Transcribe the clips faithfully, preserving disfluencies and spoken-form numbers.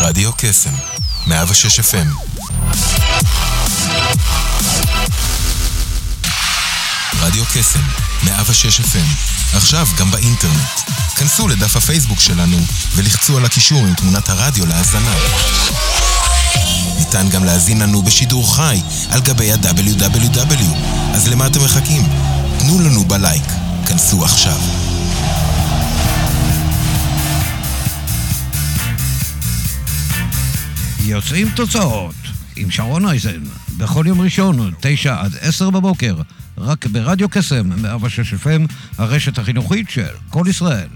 רדיו קסם, מאה ושש אף אם. רדיו קסם, מאה ושש אף אם. עכשיו גם באינטרנט. כנסו לדף הפייסבוק שלנו ולחצו על הקישור עם תמונת הרדיו להאזנה. ניתן גם להאזין לנו בשידור חי על גבי ה-דאבליו דאבליו דאבליו. אז למה אתם מחכים? תנו לנו בלייק. כנסו עכשיו. יוצאים תוצאות עם שרון אייזן בכל יום ראשון תשע עד עשר בבוקר רק ברדיו קסם מאה ושש אף אם, הרשת החינוכית של כל ישראל.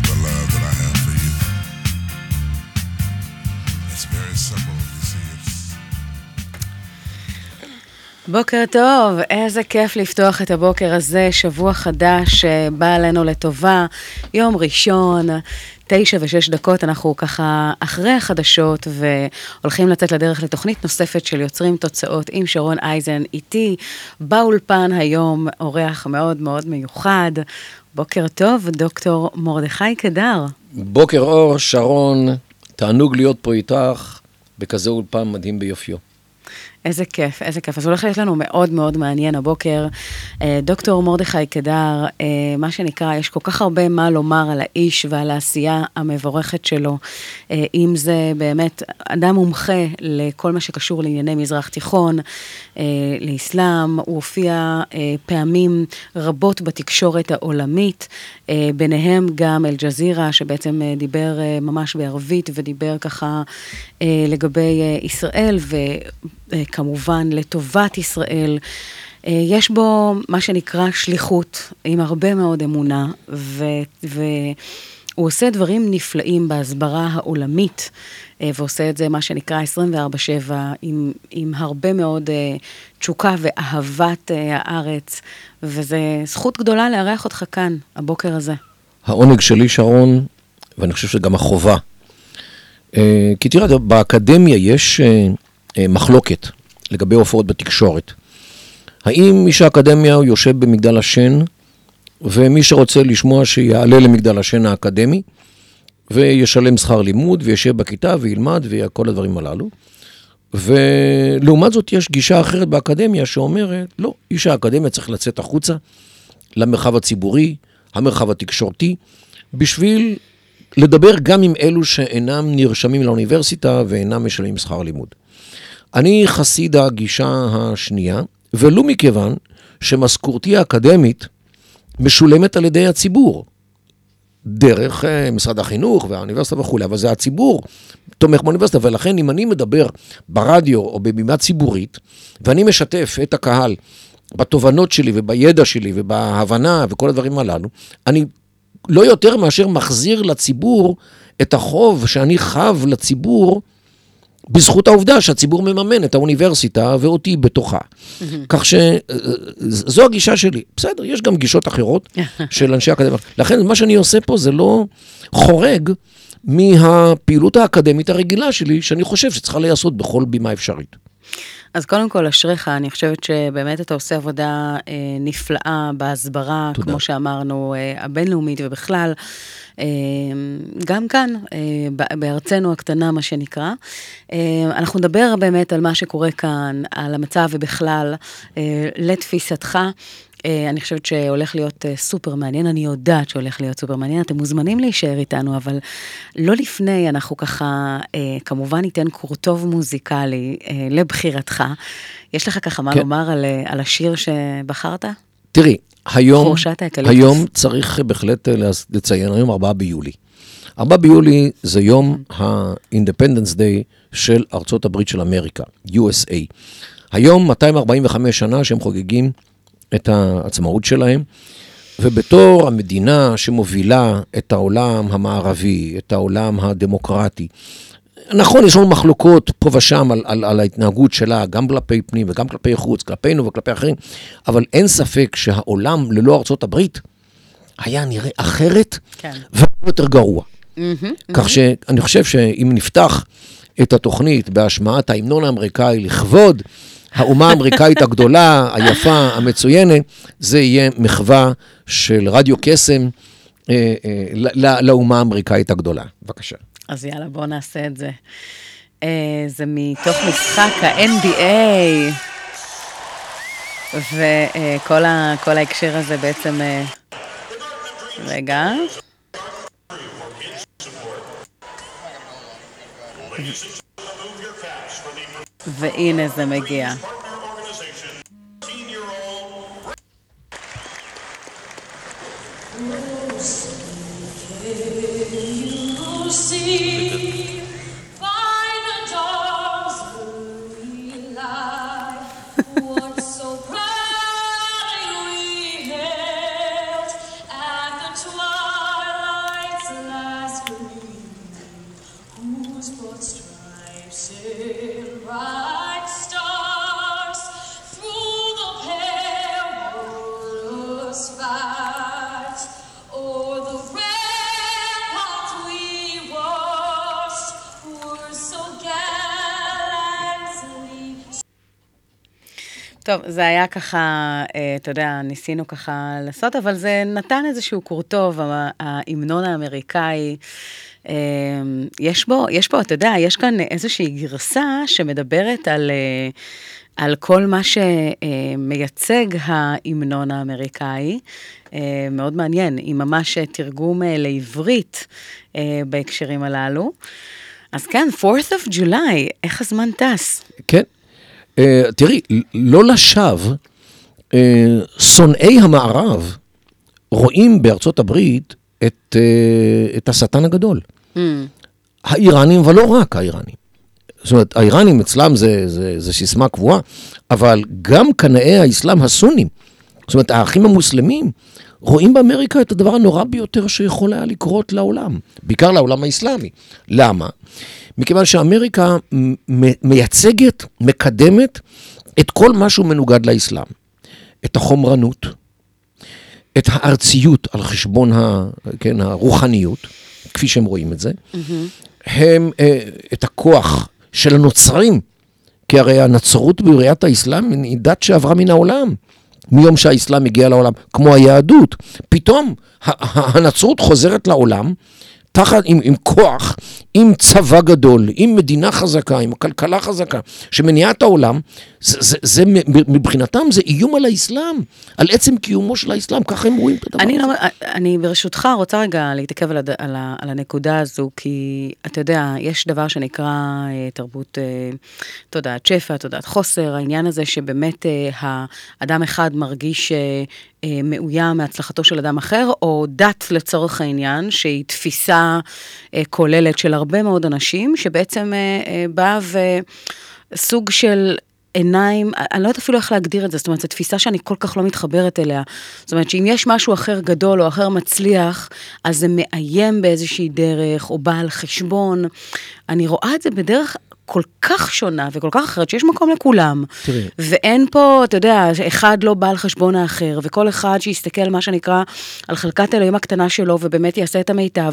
בוקר טוב, איזה כיף לפתוח את הבוקר הזה, שבוע חדש בא עלינו לטובה, יום ראשון, תשע ושש דקות, אנחנו ככה אחרי החדשות והולכים לצאת לדרך לתוכנית נוספת של יוצרים תוצאות עם שרון אייזן איתי, באולפן היום אורח מאוד מאוד מיוחד. בוקר טוב, דוקטור מרדכי קדר. בוקר אור, שרון, תענוג להיות פה איתך בכזה אולפן מדהים ביופיו. איזה כיף, איזה כיף. אז הולך להיות לנו מאוד מאוד מעניין הבוקר. דוקטור מרדכי קדר, מה שנקרא, יש כל כך הרבה מה לומר על האיש ועל העשייה המבורכת שלו. אם זה באמת אדם מומחה לכל מה שקשור לענייני מזרח תיכון, לאסלאם, הוא הופיע פעמים רבות בתקשורת העולמית, ביניהם גם אל-ג'זירה, שבעצם דיבר ממש בערבית ודיבר ככה לגבי ישראל ו... כמובן לטובת ישראל, יש בו מה שנקרא שליחות עם הרבה מאוד אמונה, ו... והוא עושה דברים נפלאים בהסברה העולמית, ועושה את זה מה שנקרא עשרים וארבע שבע, עם, עם הרבה מאוד תשוקה ואהבת הארץ, וזה זכות גדולה לארח אותך כאן, הבוקר הזה. העונג שלי שרון, ואני חושב שגם החובה. כי תראה, באקדמיה יש מחלוקת לגבי הופעות בתקשורת. האם מי שהאקדמיה הוא יושב במגדל השן, ומי שרוצה לשמוע שיעלה למגדל השן האקדמי, וישלם שכר לימוד, וישב בכיתה וילמד, וכל הדברים הללו. ולעומת זאת יש גישה אחרת באקדמיה שאומרת, לא, איש האקדמיה צריך לצאת החוצה, למרחב הציבורי, המרחב התקשורתי, בשביל לדבר גם עם אלו שאינם נרשמים לאוניברסיטה, ואינם משלמים שכר לימוד. אני חסיד הגישה השנייה, ולא מכיוון שמשכורתי האקדמית משולמת על ידי הציבור, דרך משרד החינוך והאוניברסיטה וכו', אבל זה הציבור תומך באוניברסיטה, ולכן אם אני מדבר ברדיו או בבימה ציבורית, ואני משתף את הקהל בתובנות שלי ובידע שלי ובהבנה וכל הדברים הללו, אני לא יותר מאשר מחזיר לציבור את החוב שאני חב לציבור, בזכות העובדה שהציבור מממן את האוניברסיטה ואותי בתוכה. כך שזו הגישה שלי. בסדר, יש גם גישות אחרות של אנשי אקדמיה. לכן מה שאני עושה פה זה לא חורג מהפעילות האקדמית הרגילה שלי, שאני חושב שצריכה להיעשות בכל בימה אפשרית. אז קודם כל, אשריך, אני חושבת שבאמת אתה עושה עבודה אה, נפלאה בהסברה, תודה. כמו שאמרנו, אה, הבינלאומית ובכלל, אה, גם כאן, אה, בארצנו הקטנה, מה שנקרא. אה, אנחנו נדבר באמת על מה שקורה כאן, על המצב ובכלל, אה, לתפיסתך. אני חושבת שהולך להיות סופר מעניין, אני יודעת שהולך להיות סופר מעניין, אתם מוזמנים להישאר איתנו, אבל לא לפני, אנחנו ככה, כמובן ניתן קורטוב מוזיקלי לבחירתך. יש לך ככה מה לומר על, על השיר שבחרת? תראי, היום, היום צריך בהחלט לציין, היום ארבעה ביולי. ארבעה ביולי זה יום ה-Independence Day של ארצות הברית של אמריקה, יו אס איי. היום מאתיים ארבעים וחמש שנה שהם חוגגים את העצמאות שלהם, ובתור המדינה שמובילה את העולם המערבי, את העולם הדמוקרטי, נכון, יש לנו מחלוקות פה ושם על, על, על ההתנהגות שלה, גם כלפי פנים וגם כלפי חוץ, כלפינו וכלפי אחרים, אבל אין ספק שהעולם ללא ארצות הברית היה נראה אחרת, כן. ויותר גרוע. Mm-hmm, כך mm-hmm. שאני חושב שאם נפתח את התוכנית בהשמעת ההמנון האמריקאי לכבוד, האומה האמריקאית הגדולה, היפה, המצוינת, זה יהיה מחווה של רדיו קסם אה, אה, לאומה האמריקאית הגדולה. בבקשה. אז יאללה, בואו נעשה את זה. זה מתוך משחק ה-אן בי איי, וכל ההקשר הזה בעצם... רגע. והנה זה מגיע. טוב, זה היה ככה, אתה יודע, ניסינו ככה לעשות, אבל זה נתן איזשהו קורטוב, ההמנון האמריקאי. יש בו, יש בו, אתה יודע, יש כאן איזושהי גרסה שמדברת על, על כל מה שמייצג ההמנון האמריקאי. מאוד מעניין, היא ממש תרגום לעברית בהקשרים הללו. אז כן, fourth of July, איך הזמן טס? כן. Uh, תראי, לא לשווא, uh, שונאי המערב רואים בארצות הברית את, uh, את השטן הגדול. Mm. האיראנים, אבל לא רק האיראנים. זאת אומרת, האיראנים אצלם זה, זה, זה סיסמה קבועה, אבל גם קנאי האסלאם הסונים, זאת אומרת, האחים המוסלמים, רואים באמריקה את הדבר הנורא ביותר שיכול היה לקרות לעולם, בעיקר לעולם האסלאמי. למה? מכיוון שאמריקה מייצגת, מקדמת את כל משהו מנוגד לאסלאם. את החומרנות, את הארציות על חשבון ה, כן, הרוחניות, כפי שהם רואים את זה. Mm-hmm. הם, את הכוח של הנוצרים, כי הרי הנצרות בראיית האסלאם היא דת שעברה מן העולם. מיום שהאסלאם הגיע לעולם, כמו היהדות, פתאום הנצרות חוזרת לעולם, תחת, עם, עם כוח, עם צבא גדול, עם מדינה חזקה, עם כלכלה חזקה, שמניעה את העולם, זה, זה, זה, מבחינתם זה איום על האסלאם, על עצם קיומו של האסלאם, ככה הם רואים את הדבר אני הזה. לא, אני ברשותך רוצה רגע להתעכב על, הד, על, ה, על הנקודה הזו, כי אתה יודע, יש דבר שנקרא תרבות, תודעת שפע, תודעת חוסר, העניין הזה שבאמת האדם אחד מרגיש מאוים מהצלחתו של אדם אחר, או דת לצורך העניין, שהיא תפיסה כוללת של הרבה מאוד אנשים, שבעצם באה וסוג של עיניים, אני לא יודעת אפילו איך להגדיר את זה, זאת אומרת, זו תפיסה שאני כל כך לא מתחברת אליה. זאת אומרת, שאם יש משהו אחר גדול או אחר מצליח, אז זה מאיים באיזושהי דרך, או בא על חשבון. אני רואה את זה בדרך כל כך שונה וכל כך אחרת, שיש מקום לכולם. תראי. ואין פה, אתה יודע, אחד לא בא על חשבון האחר, וכל אחד שיסתכל, מה שנקרא, על חלקת אלוהים הקטנה שלו, ובאמת יעשה את המיטב.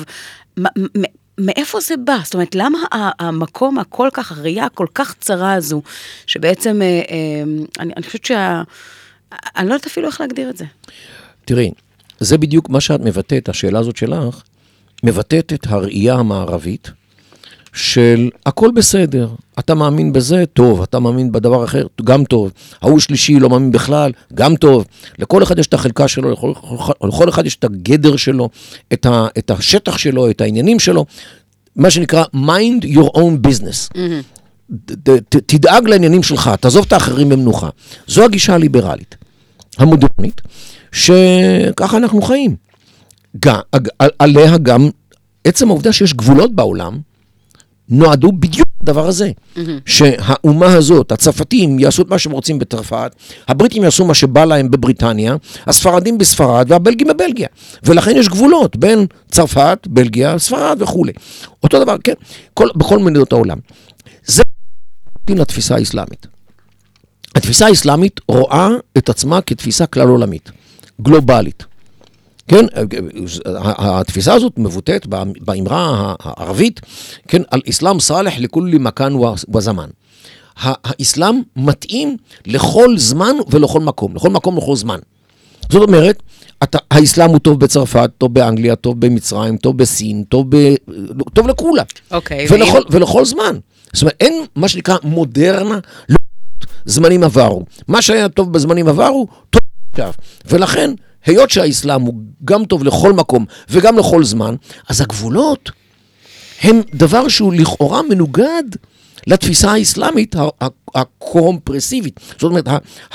מאיפה זה בא? זאת אומרת, למה המקום הכל כך, הראייה הכל כך צרה הזו, שבעצם, אני, אני חושבת שה... אני לא יודעת אפילו איך להגדיר את זה. תראי, זה בדיוק מה שאת מבטאת, השאלה הזאת שלך, מבטאת את הראייה המערבית, של הכל בסדר, אתה מאמין בזה, טוב, אתה מאמין בדבר אחר, גם טוב, ההוא שלישי לא מאמין בכלל, גם טוב, לכל אחד יש את החלקה שלו, לכל, לכל אחד יש את הגדר שלו, את, ה, את השטח שלו, את העניינים שלו, מה שנקרא mind your own business. Mm-hmm. ת, ת, תדאג לעניינים שלך, תעזוב את האחרים במנוחה. זו הגישה הליברלית, המודרנית, שככה אנחנו חיים. גם, עליה גם, עצם העובדה שיש גבולות בעולם, נועדו בדיוק הדבר הזה, mm-hmm. שהאומה הזאת, הצרפתים יעשו את מה שהם רוצים בצרפת, הבריטים יעשו מה שבא להם בבריטניה, הספרדים בספרד והבלגים בבלגיה, ולכן יש גבולות בין צרפת, בלגיה, ספרד וכו'. אותו דבר, כן, כל, בכל מדינות העולם. זה התפיסה האסלאמית. התפיסה האסלאמית רואה את עצמה כתפיסה כלל עולמית, גלובלית. כן, התפיסה הזאת מבוטאת באמרה הערבית, כן, על אסלאם סלח לכל מקן וזמן. האסלאם מתאים לכל זמן ולכל מקום, לכל מקום ולכל זמן. זאת אומרת, אתה, האסלאם הוא טוב בצרפת, טוב באנגליה, טוב במצרים, טוב בסין, טוב, ב, טוב לכולה. אוקיי. ולכל, ולכל זמן. זאת אומרת, אין מה שנקרא מודרנה, לא זמנים עברו. מה שהיה טוב בזמנים עברו, טוב עכשיו. ולכן, היות שהאסלאם הוא גם טוב לכל מקום וגם לכל זמן, אז הגבולות הם דבר שהוא לכאורה מנוגד לתפיסה האסלאמית הקומפרסיבית. זאת אומרת,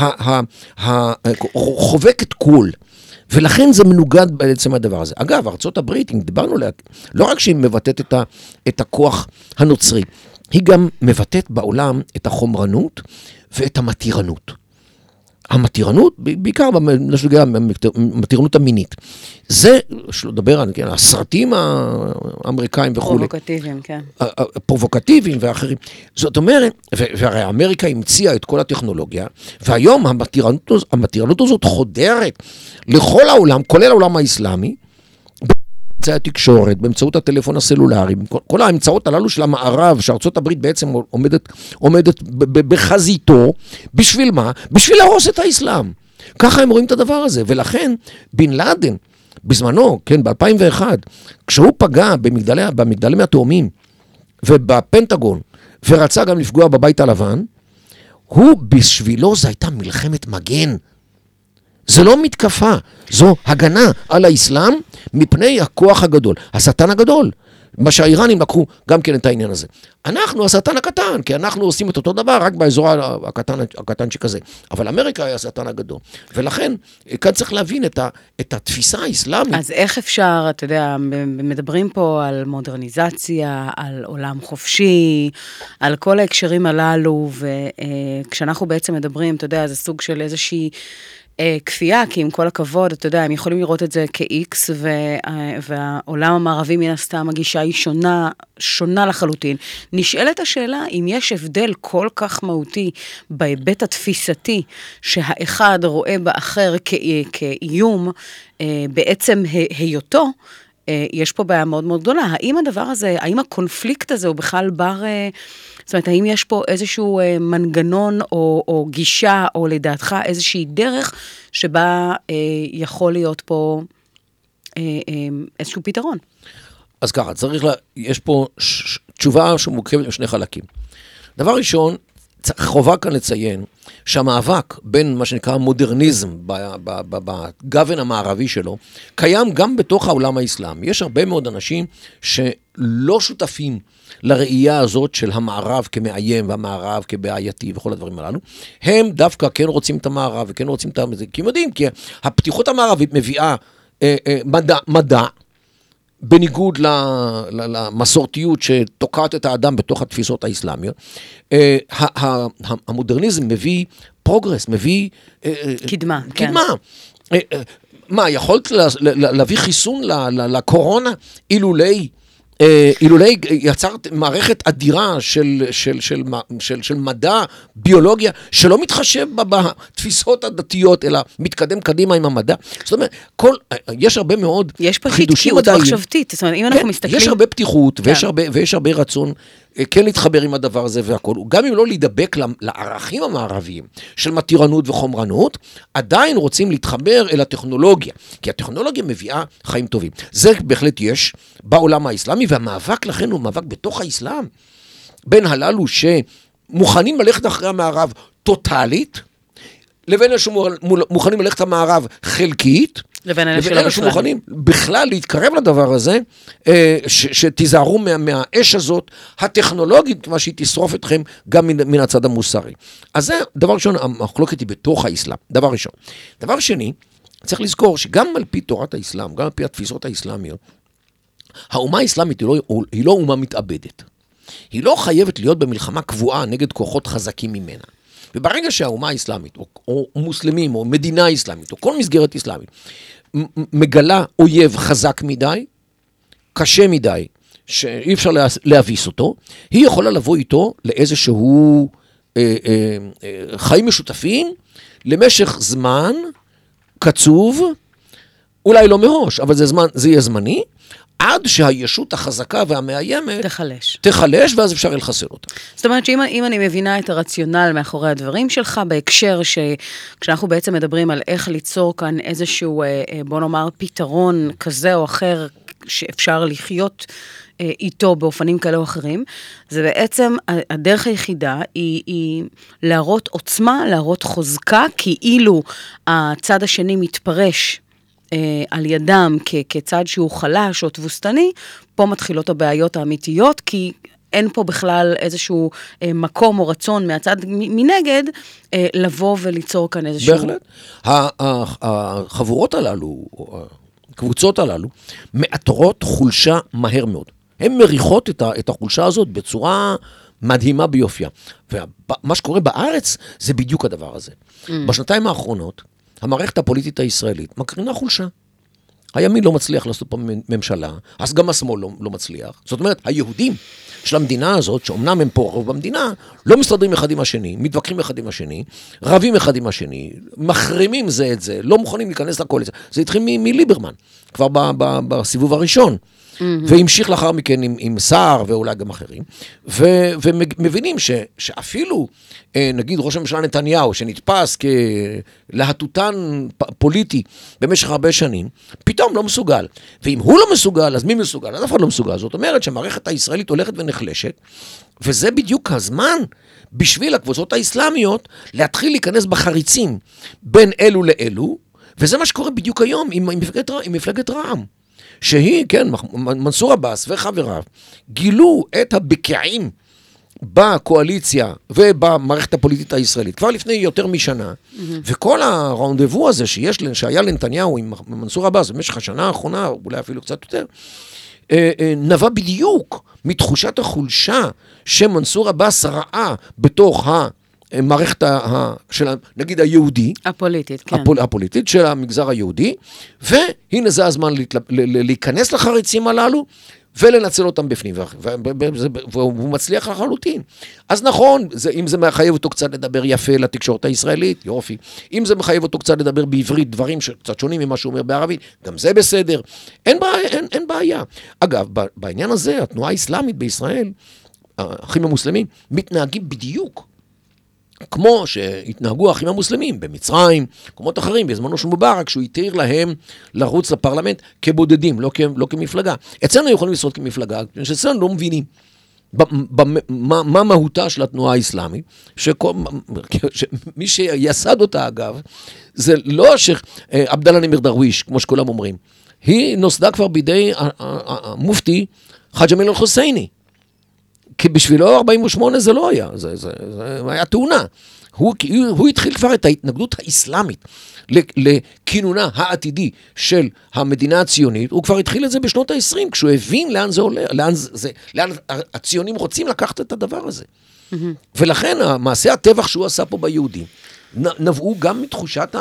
חובקת כל. ולכן זה מנוגד בעצם הדבר הזה. אגב, ארצות הברית, אם דיברנו עליה, לא רק שהיא מבטאת את, ה, את הכוח הנוצרי, היא גם מבטאת בעולם את החומרנות ואת המתירנות. המתירנות, בעיקר בסוגיה המתירנות המינית. זה, שלא לדבר על כן, הסרטים האמריקאים וכו'. פרובוקטיביים, כן. פרובוקטיביים ואחרים. זאת אומרת, והרי אמריקה המציאה את כל הטכנולוגיה, והיום המתירנות, המתירנות הזאת חודרת לכל העולם, כולל העולם האסלאמי, באמצעי התקשורת, באמצעות הטלפון הסלולרי, כל האמצעות הללו של המערב, שארצות הברית בעצם עומדת, עומדת בחזיתו, בשביל מה? בשביל להרוס את האסלאם. ככה הם רואים את הדבר הזה, ולכן בן לאדן, בזמנו, כן, ב-אלפיים ואחת, כשהוא פגע במגדלי, במגדלי התאומים, ובפנטגון, ורצה גם לפגוע בבית הלבן, הוא בשבילו זו הייתה מלחמת מגן, זה לא מתקפה, זו הגנה על האסלאם מפני הכוח הגדול, השטן הגדול, מה שהאיראנים לקחו גם כן את העניין הזה. אנחנו השטן הקטן, כי אנחנו עושים את אותו דבר רק באזור הקטן, הקטן שכזה, אבל אמריקה היא השטן הגדול, ולכן כאן צריך להבין את, ה, את התפיסה האסלאמית. אז איך אפשר, אתה יודע, מדברים פה על מודרניזציה, על עולם חופשי, על כל ההקשרים הללו, וכשאנחנו בעצם מדברים, אתה יודע, זה סוג של איזושהי כפייה, כי עם כל הכבוד, אתה יודע, הם יכולים לראות את זה כ-X, והעולם המערבי מן הסתם, הגישה היא שונה, שונה לחלוטין. נשאלת השאלה, אם יש הבדל כל כך מהותי בהיבט התפיסתי, שהאחד רואה באחר כאיום, בעצם היותו, יש פה בעיה מאוד מאוד גדולה. האם הדבר הזה, האם הקונפליקט הזה הוא בכלל בר, זאת אומרת, האם יש פה איזשהו מנגנון או, או גישה, או לדעתך איזושהי דרך שבה אה, יכול להיות פה אה, אה, איזשהו פתרון? אז ככה, צריך לה, יש פה ש, תשובה שמורכבת משני חלקים. דבר ראשון, חובה כאן לציין שהמאבק בין מה שנקרא מודרניזם בגוון המערבי שלו, קיים גם בתוך העולם האסלאמי. יש הרבה מאוד אנשים שלא שותפים לראייה הזאת של המערב כמאיים והמערב כבעייתי וכל הדברים הללו. הם דווקא כן רוצים את המערב וכן רוצים את זה, כי הם יודעים, כי הפתיחות המערבית מביאה אה, אה, מדע, מדע, בניגוד למסורתיות שתוקעת את האדם בתוך התפיסות האסלאמיות. המודרניזם מביא פרוגרס, מביא קדמה. קדמה. מה, יכולת להביא חיסון לקורונה אילולי, אילולי יצרת מערכת אדירה של, של, של, של, של מדע, ביולוגיה, שלא מתחשב בתפיסות הדתיות, אלא מתקדם קדימה עם המדע. זאת אומרת, כל, יש הרבה מאוד יש פה חידושים מדעיים. יש פה מחשבתית, זאת אומרת, אם אנחנו כן, מסתכלים... יש הרבה פתיחות, כן. ויש הרבה, ויש הרבה רצון כן להתחבר עם הדבר הזה והכל. גם אם לא להידבק לערכים המערביים של מתירנות וחומרנות, עדיין רוצים להתחבר אל הטכנולוגיה, כי הטכנולוגיה מביאה חיים טובים. זה בהחלט יש בעולם האסלאמי, והמאבק לכן הוא מאבק בתוך האסלאם, בין הללו שמוכנים ללכת אחרי המערב טוטלית, לבין אלה שמוכנים ללכת המערב חלקית, לבין אלה לבין אלה שמוכנים בכלל להתקרב לדבר הזה, שתיזהרו מהאש הזאת הטכנולוגית, מה שהיא תשרוף אתכם גם מן הצד המוסרי. אז זה דבר ראשון, המחלוקת היא בתוך האסלאם, דבר ראשון. דבר שני, צריך לזכור שגם על פי תורת האסלאם, גם על פי התפיסות האסלאמיות, האומה האסלאמית היא לא, היא לא אומה מתאבדת. היא לא חייבת להיות במלחמה קבועה נגד כוחות חזקים ממנה. וברגע שהאומה האסלאמית, או, או מוסלמים, או מדינה אסלאמית, או כל מסגרת אסלאמית, מגלה אויב חזק מדי, קשה מדי, שאי אפשר להביס אותו, היא יכולה לבוא איתו לאיזשהו אה, אה, אה, חיים משותפים, למשך זמן קצוב, אולי לא מראש, אבל זה, זמן, זה יהיה זמני, עד שהישות החזקה והמאיימת תחלש. תחלש, ואז אפשר לחסל אותה. זאת אומרת שאם אם אני מבינה את הרציונל מאחורי הדברים שלך, בהקשר שכשאנחנו בעצם מדברים על איך ליצור כאן איזשהו, בוא נאמר, פתרון כזה או אחר, שאפשר לחיות איתו באופנים כאלה או אחרים, זה בעצם הדרך היחידה היא, היא להראות עוצמה, להראות חוזקה, כאילו הצד השני מתפרש על ידם כ- כצד שהוא חלש או תבוסתני, פה מתחילות הבעיות האמיתיות, כי אין פה בכלל איזשהו אה, מקום או רצון מהצד מנגד, אה, לבוא וליצור כאן איזשהו... בהחלט. החבורות הללו, הקבוצות הללו, מאתרות חולשה מהר מאוד. הן מריחות את, ה- את החולשה הזאת בצורה מדהימה ביופיה. ומה שקורה בארץ זה בדיוק הדבר הזה. Mm. בשנתיים האחרונות, המערכת הפוליטית הישראלית מקרינה חולשה. הימין לא מצליח לעשות פה ממשלה, אז גם השמאל לא, לא מצליח. זאת אומרת, היהודים של המדינה הזאת, שאומנם הם פה רוב במדינה, לא מסתדרים אחד עם השני, מתווכחים אחד עם השני, רבים אחד עם השני, מחרימים זה את זה, לא מוכנים להיכנס לקואליציה. זה התחיל מ- מליברמן, כבר ב- ב- בסיבוב הראשון. Mm-hmm. והמשיך לאחר מכן עם, עם סער ואולי גם אחרים, ו, ומבינים ש, שאפילו, נגיד ראש הממשלה נתניהו, שנתפס כלהטוטן פוליטי במשך הרבה שנים, פתאום לא מסוגל. ואם הוא לא מסוגל, אז מי מסוגל? אז אף אחד לא מסוגל. זאת אומרת שהמערכת הישראלית הולכת ונחלשת, וזה בדיוק הזמן בשביל הקבוצות האסלאמיות להתחיל להיכנס בחריצים בין אלו לאלו, וזה מה שקורה בדיוק היום עם, עם, מפלגת, עם מפלגת רע"מ. שהיא, כן, מנסור עבאס וחבריו, גילו את הבקעים בקואליציה ובמערכת הפוליטית הישראלית, כבר לפני יותר משנה, mm-hmm. וכל הרונדבו הזה שיש, שהיה לנתניהו עם מנסור עבאס במשך השנה האחרונה, אולי אפילו קצת יותר, נבע בדיוק מתחושת החולשה שמנסור עבאס ראה בתוך ה... מערכת ה, של, נגיד, היהודי. הפוליטית, כן. הפול, הפוליטית של המגזר היהודי, והנה זה הזמן להתל, ל, ל, להיכנס לחריצים הללו, ולנצל אותם בפנים, והוא מצליח לחלוטין. אז נכון, זה, אם זה מחייב אותו קצת לדבר יפה לתקשורת הישראלית, יופי. אם זה מחייב אותו קצת לדבר בעברית, דברים שקצת שונים ממה שהוא אומר בערבית, גם זה בסדר. אין בעיה, אין, אין בעיה. אגב, בעניין הזה, התנועה האסלאמית בישראל, האחים המוסלמים, מתנהגים בדיוק, כמו שהתנהגו האחים המוסלמים במצרים, מקומות אחרים, בזמנו של מובארק, שהוא התיר להם לרוץ לפרלמנט כבודדים, לא, כ, לא כמפלגה. אצלנו יכולים לשרוד כמפלגה, שאצלנו לא מבינים ב, ב, מה, מה מהותה של התנועה האסלאמית, שכל, שמי שיסד אותה אגב, זה לא השייח עבדאללה נימר דרוויש, כמו שכולם אומרים, היא נוסדה כבר בידי המופתי חאג' אמין אל-חוסייני, כי בשבילו ארבעים ושמונה זה לא היה, זה, זה, זה היה תאונה. הוא, הוא התחיל כבר את ההתנגדות האסלאמית לכינונה העתידי של המדינה הציונית, הוא כבר התחיל את זה בשנות ה-עשרים, כשהוא הבין לאן זה עולה, לאן, זה, לאן הציונים רוצים לקחת את הדבר הזה. Mm-hmm. ולכן המעשה הטבח שהוא עשה פה ביהודים, נבעו גם מתחושת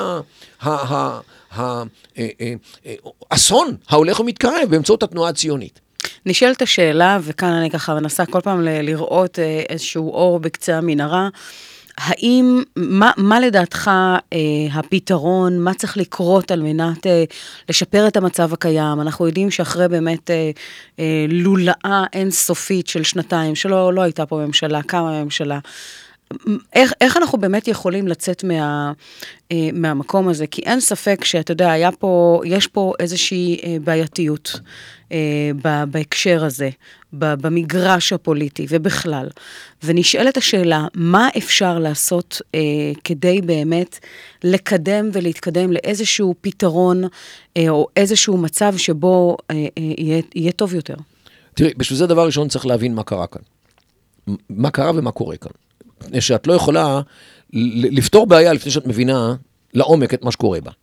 האסון ההולך ומתקרב באמצעות התנועה הציונית. נשאלת השאלה, וכאן אני ככה מנסה כל פעם ל- לראות איזשהו אור בקצה המנהרה, האם, מה, מה לדעתך אה, הפתרון, מה צריך לקרות על מנת אה, לשפר את המצב הקיים? אנחנו יודעים שאחרי באמת אה, אה, לולאה אינסופית של שנתיים, שלא לא הייתה פה ממשלה, כמה ממשלה, איך, איך אנחנו באמת יכולים לצאת מה, אה, מהמקום הזה? כי אין ספק שאתה יודע, היה פה, יש פה איזושהי אה, בעייתיות אה, ב, בהקשר הזה, ב, במגרש הפוליטי ובכלל. ונשאלת השאלה, מה אפשר לעשות אה, כדי באמת לקדם ולהתקדם לאיזשהו פתרון אה, או איזשהו מצב שבו אה, אה, יהיה, יהיה טוב יותר? תראי, בשביל זה דבר ראשון צריך להבין מה קרה כאן. מה קרה ומה קורה כאן. שאת לא יכולה לפתור בעיה לפני שאת מבינה לעומק את מה שקורה בה.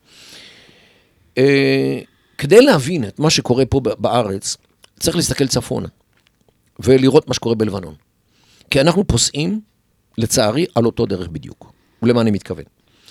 כדי להבין את מה שקורה פה בארץ, צריך להסתכל צפונה, ולראות מה שקורה בלבנון. כי אנחנו פוסעים, לצערי, על אותו דרך בדיוק. ולמה אני מתכוון.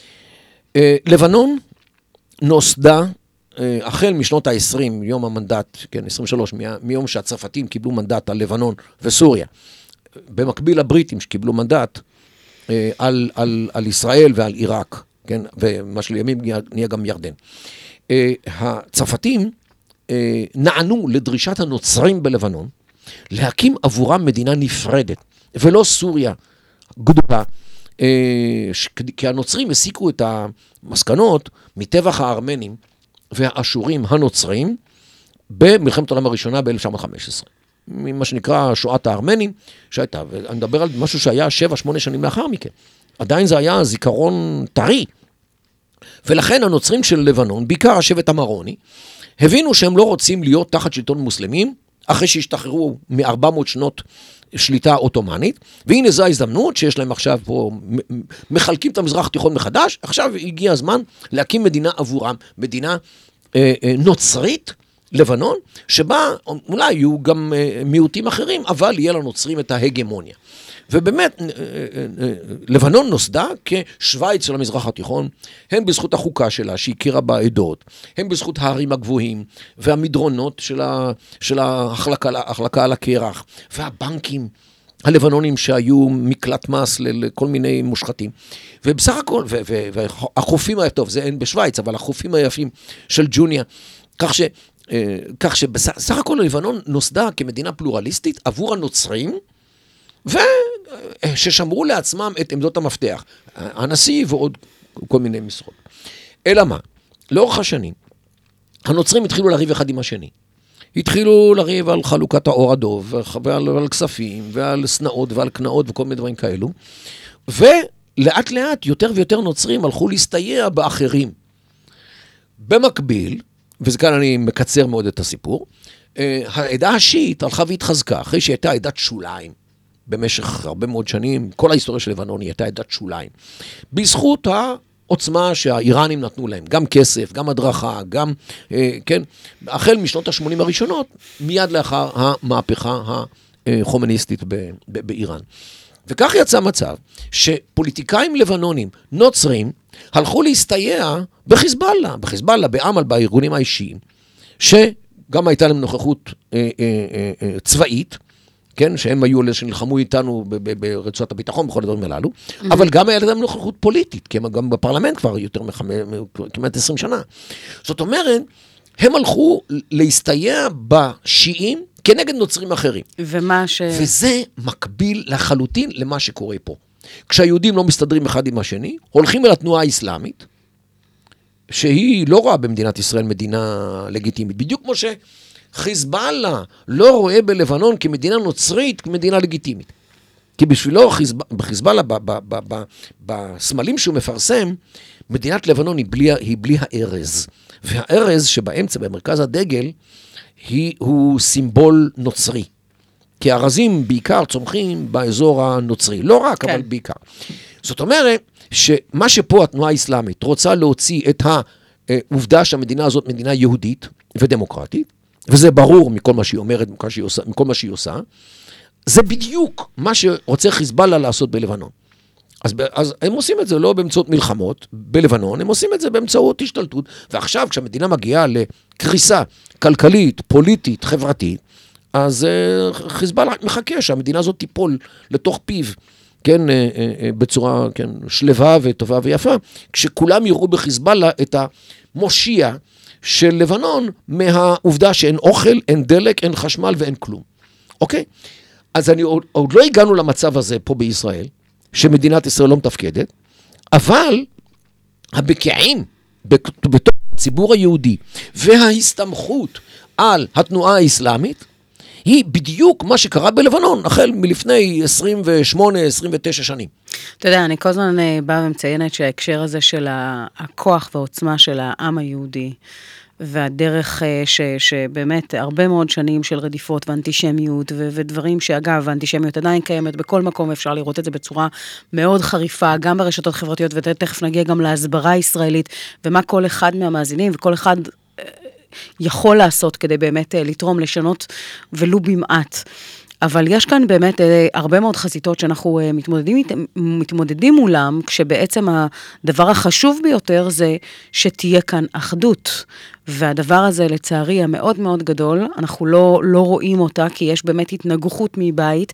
לבנון נוסדה, החל משנות ה-עשרים, יום המנדט, כן, עשרים ושלוש, מיום שהצרפתים קיבלו מנדט על לבנון וסוריה, במקביל לבריטים שקיבלו מנדט אה, על, על, על ישראל ועל עיראק, כן? ומה שלימים נהיה גם ירדן. אה, הצרפתים אה, נענו לדרישת הנוצרים בלבנון, להקים עבורם מדינה נפרדת, ולא סוריה גדולה, אה, ש... כי הנוצרים הסיקו את המסקנות מטבח הארמנים והאשורים הנוצרים, במלחמת העולם הראשונה ב-אלף תשע מאות וחמש עשרה. ממה שנקרא שואת הארמנים, שהייתה, ואני מדבר על משהו שהיה שבע, שמונה שנים לאחר מכן. עדיין זה היה זיכרון טרי. ולכן הנוצרים של לבנון, בעיקר השבט המרוני, הבינו שהם לא רוצים להיות תחת שלטון מוסלמים, אחרי שהשתחררו מ-ארבע מאות שנות שליטה אוטומנית, והנה זו ההזדמנות שיש להם עכשיו פה, מחלקים את המזרח התיכון מחדש, עכשיו הגיע הזמן להקים מדינה עבורם, מדינה אה, אה, נוצרית, לבנון, שבה אולי יהיו גם מיעוטים אחרים, אבל יהיה לנוצרים את ההגמוניה. ובאמת, לבנון נוסדה כשוויץ של המזרח התיכון, הם בזכות החוקה שלה, שהכירה בעדות, הם בזכות הערים הגבוהים, והמדרונות של, ה, של ההחלקה, ההחלקה על הקרח, והבנקים הלבנונים שהיו מקלט מס לכל מיני מושחתים. ובסך הכל, והחופים היפים, זה אין בשוויץ, אבל החופים היפים של ג'וניה, כך ש... כך שבסך הכל לבנון נוסדה כמדינה פלורליסטית עבור הנוצרים, וששמרו לעצמם את עמדות המפתח, הנשיא ועוד כל מיני משרות. אלא מה? לאורך השנים, הנוצרים התחילו לריב אחד עם השני. התחילו לריב על חלוקת האור הדוב, ועל, ועל כספים, ועל סנאות ועל קנאות וכל מיני דברים כאלו, ולאט לאט יותר ויותר נוצרים הלכו להסתייע באחרים. במקביל, וזה כאן אני מקצר מאוד את הסיפור, העדה השיעית הלכה והתחזקה, אחרי שהייתה עדת שוליים, במשך הרבה מאוד שנים, כל ההיסטוריה של לבנון הייתה עדת שוליים, בזכות העוצמה שהאיראנים נתנו להם, גם כסף, גם הדרכה, גם, כן, החל משנות ה-שמונים הראשונות, מיד לאחר המהפכה החומניסטית באיראן. וכך יצא מצב שפוליטיקאים לבנונים נוצרים הלכו להסתייע בחיזבאללה, בחיזבאללה, בעמל, בארגונים האישיים, שגם הייתה להם נוכחות אה, אה, אה, צבאית, כן, שהם היו אלה שנלחמו איתנו ברצועת הביטחון, בכל הדברים הללו, mm-hmm. אבל גם היה להם נוכחות פוליטית, כי הם גם בפרלמנט כבר יותר כמעט עשרים שנה. זאת אומרת, הם הלכו להסתייע בשיעים, כנגד נוצרים אחרים. ומה ש... וזה מקביל לחלוטין למה שקורה פה. כשהיהודים לא מסתדרים אחד עם השני, הולכים אל התנועה האסלאמית, שהיא לא רואה במדינת ישראל מדינה לגיטימית. בדיוק כמו שחיזבאללה לא רואה בלבנון כמדינה נוצרית, כמדינה לגיטימית. כי בשבילו חיזבאללה, בסמלים שהוא מפרסם, מדינת לבנון היא בלי, היא בלי הארז. והארז שבאמצע, במרכז הדגל, היא, הוא סימבול נוצרי. כי הארזים בעיקר צומחים באזור הנוצרי. לא רק, כן. אבל בעיקר. זאת אומרת, שמה שפה התנועה האסלאמית רוצה להוציא את העובדה שהמדינה הזאת מדינה יהודית ודמוקרטית, וזה ברור מכל מה שהיא אומרת, מכל, שהיא עושה, מכל מה שהיא עושה, זה בדיוק מה שרוצה חיזבאללה לעשות בלבנון. אז, אז הם עושים את זה לא באמצעות מלחמות בלבנון, הם עושים את זה באמצעות השתלטות, ועכשיו כשהמדינה מגיעה לקריסה כלכלית, פוליטית, חברתית, אז uh, חיזבאללה מחכה שהמדינה הזאת תיפול לתוך פיו, כן, uh, uh, בצורה כן, שלווה וטובה ויפה, כשכולם יראו בחיזבאללה את המושיע של לבנון, מהעובדה שאין אוכל, אין דלק, אין חשמל ואין כלום. אוקיי? אז אני, עוד, עוד לא הגענו למצב הזה פה בישראל, שמדינת ישראל לא מתפקדת, אבל הבקיעים בתוך הציבור היהודי וההסתמכות על התנועה האסלאמית, היא בדיוק מה שקרה בלבנון, החל מלפני עשרים ושמונה עשרים ותשע שנים. אתה יודע, אני כל הזמן באה ומציינת שההקשר הזה של הכוח והעוצמה של העם היהודי, והדרך ש, שבאמת הרבה מאוד שנים של רדיפות ואנטישמיות ו, ודברים שאגב, האנטישמיות עדיין קיימת בכל מקום, אפשר לראות את זה בצורה מאוד חריפה, גם ברשתות חברתיות, ותכף נגיע גם להסברה הישראלית, ומה כל אחד מהמאזינים וכל אחד יכול לעשות כדי באמת לתרום, לשנות ולו במעט. אבל יש כאן באמת הרבה מאוד חזיתות שאנחנו מתמודדים, מתמודדים מולם, כשבעצם הדבר החשוב ביותר זה שתהיה כאן אחדות. והדבר הזה לצערי המאוד מאוד גדול, אנחנו לא, לא רואים אותה, כי יש באמת התנגחות מבית,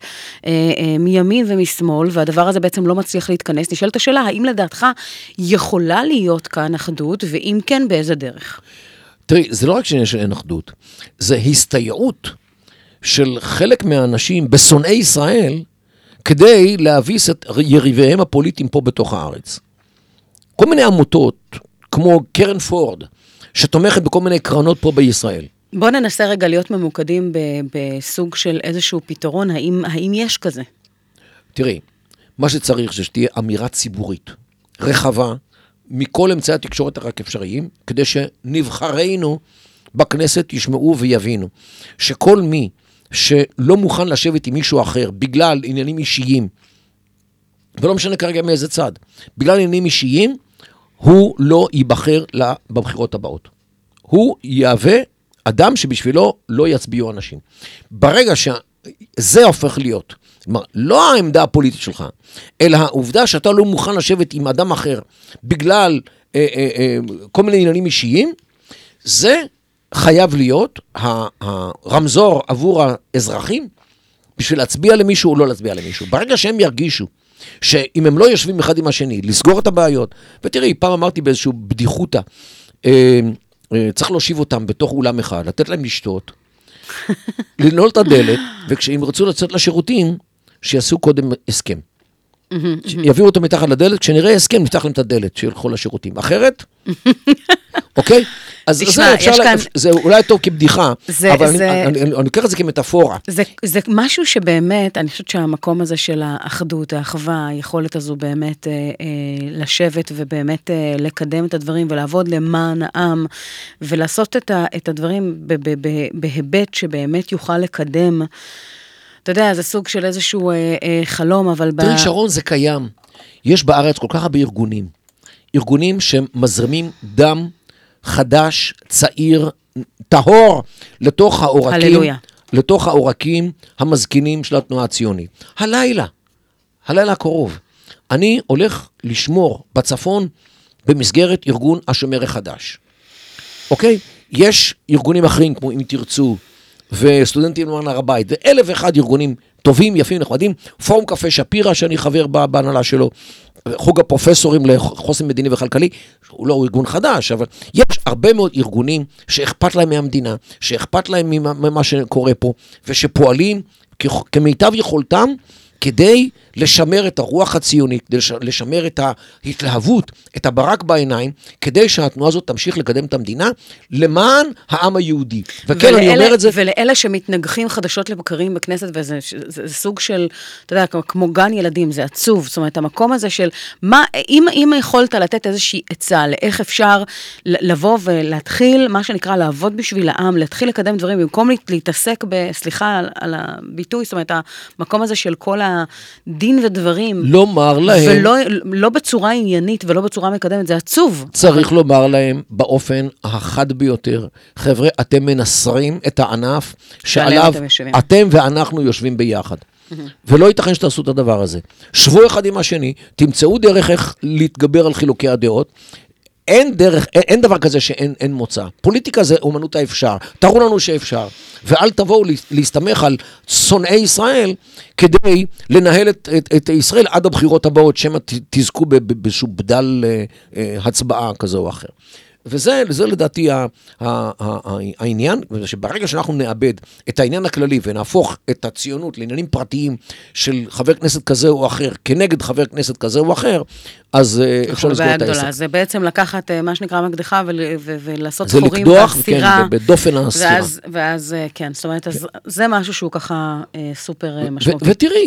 מימין ומשמאל, והדבר הזה בעצם לא מצליח להתכנס. נשאלת השאלה, האם לדעתך יכולה להיות כאן אחדות, ואם כן, באיזה דרך? תראי, זה לא רק שעניין של אין אחדות, זה הסתייעות של חלק מהאנשים בשונאי ישראל, כדי להביס את יריביהם הפוליטיים פה בתוך הארץ. כל מיני עמותות, כמו קרן פורד, שתומכת בכל מיני קרנות פה בישראל. בוא ננסה רגע להיות ממוקדים בסוג של איזשהו פתרון, האם, האם יש כזה? תראי, מה שצריך זה שתהיה אמירה ציבורית, רחבה, מכל אמצעי התקשורת הרק אפשריים, כדי שנבחרינו בכנסת ישמעו ויבינו, שכל מי שלא מוכן לשבת עם מישהו אחר, בגלל עניינים אישיים, ולא משנה כרגע מאיזה צד, בגלל עניינים אישיים, הוא לא ייבחר בבחירות הבאות. הוא יהווה אדם שבשבילו לא יצביעו אנשים. ברגע שזה הופך להיות, כלומר, לא העמדה הפוליטית שלך, אלא העובדה שאתה לא מוכן לשבת עם אדם אחר, בגלל אה, אה, אה, כל מיני עניינים אישיים, זה חייב להיות הרמזור עבור האזרחים, בשביל להצביע למישהו או לא להצביע למישהו. ברגע שהם ירגישו, שאם הם לא יושבים אחד עם השני, לסגור את הבעיות, ותראי, פעם אמרתי באיזשהו בדיחותה, אה, אה, צריך להושיב אותם בתוך אולם אחד, לתת להם לשתות, לנעול את הדלת, וכשהם רצו לצאת לשירותים, שיעשו קודם הסכם. יביאו אותו מתחת לדלת, כשנראה הסכם, נפתח להם את הדלת, שילכו לשירותים. אחרת, אוקיי? אז זה אפשר, זה אולי טוב כבדיחה, אבל אני אקח את זה כמטאפורה. זה משהו שבאמת, אני חושבת שהמקום הזה של האחדות, האחווה, היכולת הזו באמת לשבת ובאמת לקדם את הדברים ולעבוד למען העם, ולעשות את הדברים בהיבט שבאמת יוכל לקדם. אתה יודע, זה סוג של איזשהו אה, אה, חלום, אבל... תראי, ב... שרון, זה קיים. יש בארץ כל כך הרבה ארגונים. ארגונים שמזרמים דם חדש, צעיר, טהור, לתוך העורקים, הללויה. לתוך העורקים המזקינים של התנועה הציונית. הלילה, הלילה הקרוב, אני הולך לשמור בצפון במסגרת ארגון השומר החדש. אוקיי? יש ארגונים אחרים, כמו אם תרצו, וסטודנטים למען הר הבית, ואלף ואחד ארגונים טובים, יפים, נחמדים, פורום קפה שפירא, שאני חבר בהנהלה שלו, חוג הפרופסורים לחוסן מדיני וכלכלי, הוא לא ארגון חדש, אבל יש הרבה מאוד ארגונים שאכפת להם מהמדינה, שאכפת להם ממה שקורה פה, ושפועלים כמיטב יכולתם, כדי לשמר את הרוח הציונית, לשמר את ההתלהבות, את הברק בעיניים, כדי שהתנועה הזאת תמשיך לקדם את המדינה, למען העם היהודי. וכן, אני אומר את זה... ולאלה שמתנגחים חדשות לבקרים בכנסת, וזה זה, זה סוג של, אתה יודע, כמו גן ילדים, זה עצוב. זאת אומרת, המקום הזה של, מה, אם, אם יכולת לתת איזושהי עצה, לאיך אפשר לבוא ולהתחיל, מה שנקרא, לעבוד בשביל העם, להתחיל לקדם דברים, במקום להתעסק בסליחה על, על הביטוי, זאת אומרת, המקום הזה של כל הדין ודברים. לומר להם. ולא לא בצורה עניינית ולא בצורה מקדמת, זה עצוב. צריך אבל... לומר להם באופן החד ביותר, חבר'ה, אתם מנסרים את הענף שעליו אתם, אתם ואנחנו יושבים ביחד. Mm-hmm. ולא ייתכן שתעשו את הדבר הזה. שבו אחד עם השני, תמצאו דרך איך להתגבר על חילוקי הדעות, אין דרך, אין, אין דבר כזה שאין אין מוצא. פוליטיקה זה אומנות האפשר. תראו לנו שאפשר. ואל תבואו להסתמך על שונאי ישראל, כדי לנהל את, את, את ישראל עד הבחירות הבאות, שמה תזכו באיזשהו בדל הצבעה כזה או אחר. וזה, זה לדעתי ה, ה, ה, העניין, שברגע שאנחנו נאבד את העניין הכללי, ונהפוך את הציונות לעניינים פרטיים של חבר כנסת כזה או אחר, כנגד חבר כנסת כזה או אחר, אז אפשר לסגור את העסק. זה בעצם לקחת מה שנקרא מקדחה, ולעשות חורים והסירה. זה לקדוח, בדופן הסירה. ואז, כן, זאת אומרת, זה משהו שהוא ככה סופר משמעותי. ותראי,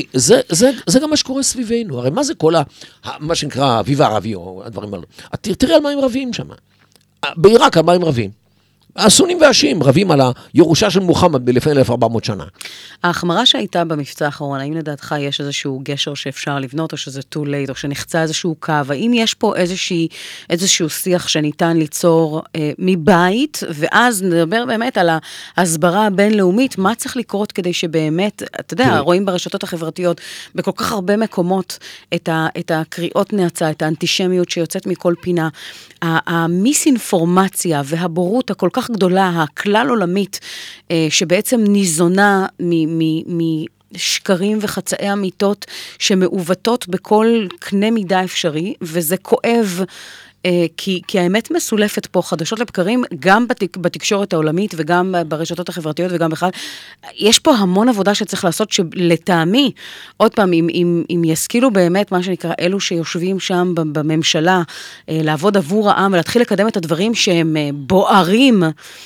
זה גם מה שקורה סביבנו, הרי מה זה כל מה שנקרא אביב הערבי, או הדברים האלו. תראי על מה הם רבים שם. בעיראק על מה הם רבים? הסונים והשיעים רבים על הירושה של מוחמד לפני אלף וארבע מאות שנה. ההחמרה שהייתה במבצע האחרון, האם לדעתך יש איזשהו גשר שאפשר לבנות, או שזה too late, או שנחצה איזשהו קו? האם יש פה איזושהי, איזשהו שיח שניתן ליצור אה, מבית, ואז נדבר באמת על ההסברה הבינלאומית, מה צריך לקרות כדי שבאמת, אתה יודע, תראי. רואים ברשתות החברתיות, בכל כך הרבה מקומות, את, ה, את הקריאות נאצה, את האנטישמיות שיוצאת מכל פינה, המיסאינפורמציה והבורות הכל כך גדולה, הכלל עולמית, שבעצם ניזונה משקרים וחצאי אמיתות שמעוותות בכל קנה מידה אפשרי, וזה כואב כי, כי האמת מסולפת פה חדשות לבקרים, גם בתק, בתקשורת העולמית וגם ברשתות החברתיות וגם בכלל. יש פה המון עבודה שצריך לעשות, שלטעמי, עוד פעם, אם, אם, אם ישכילו באמת, מה שנקרא, אלו שיושבים שם בממשלה, לעבוד עבור העם ולהתחיל לקדם את הדברים שהם בוערים,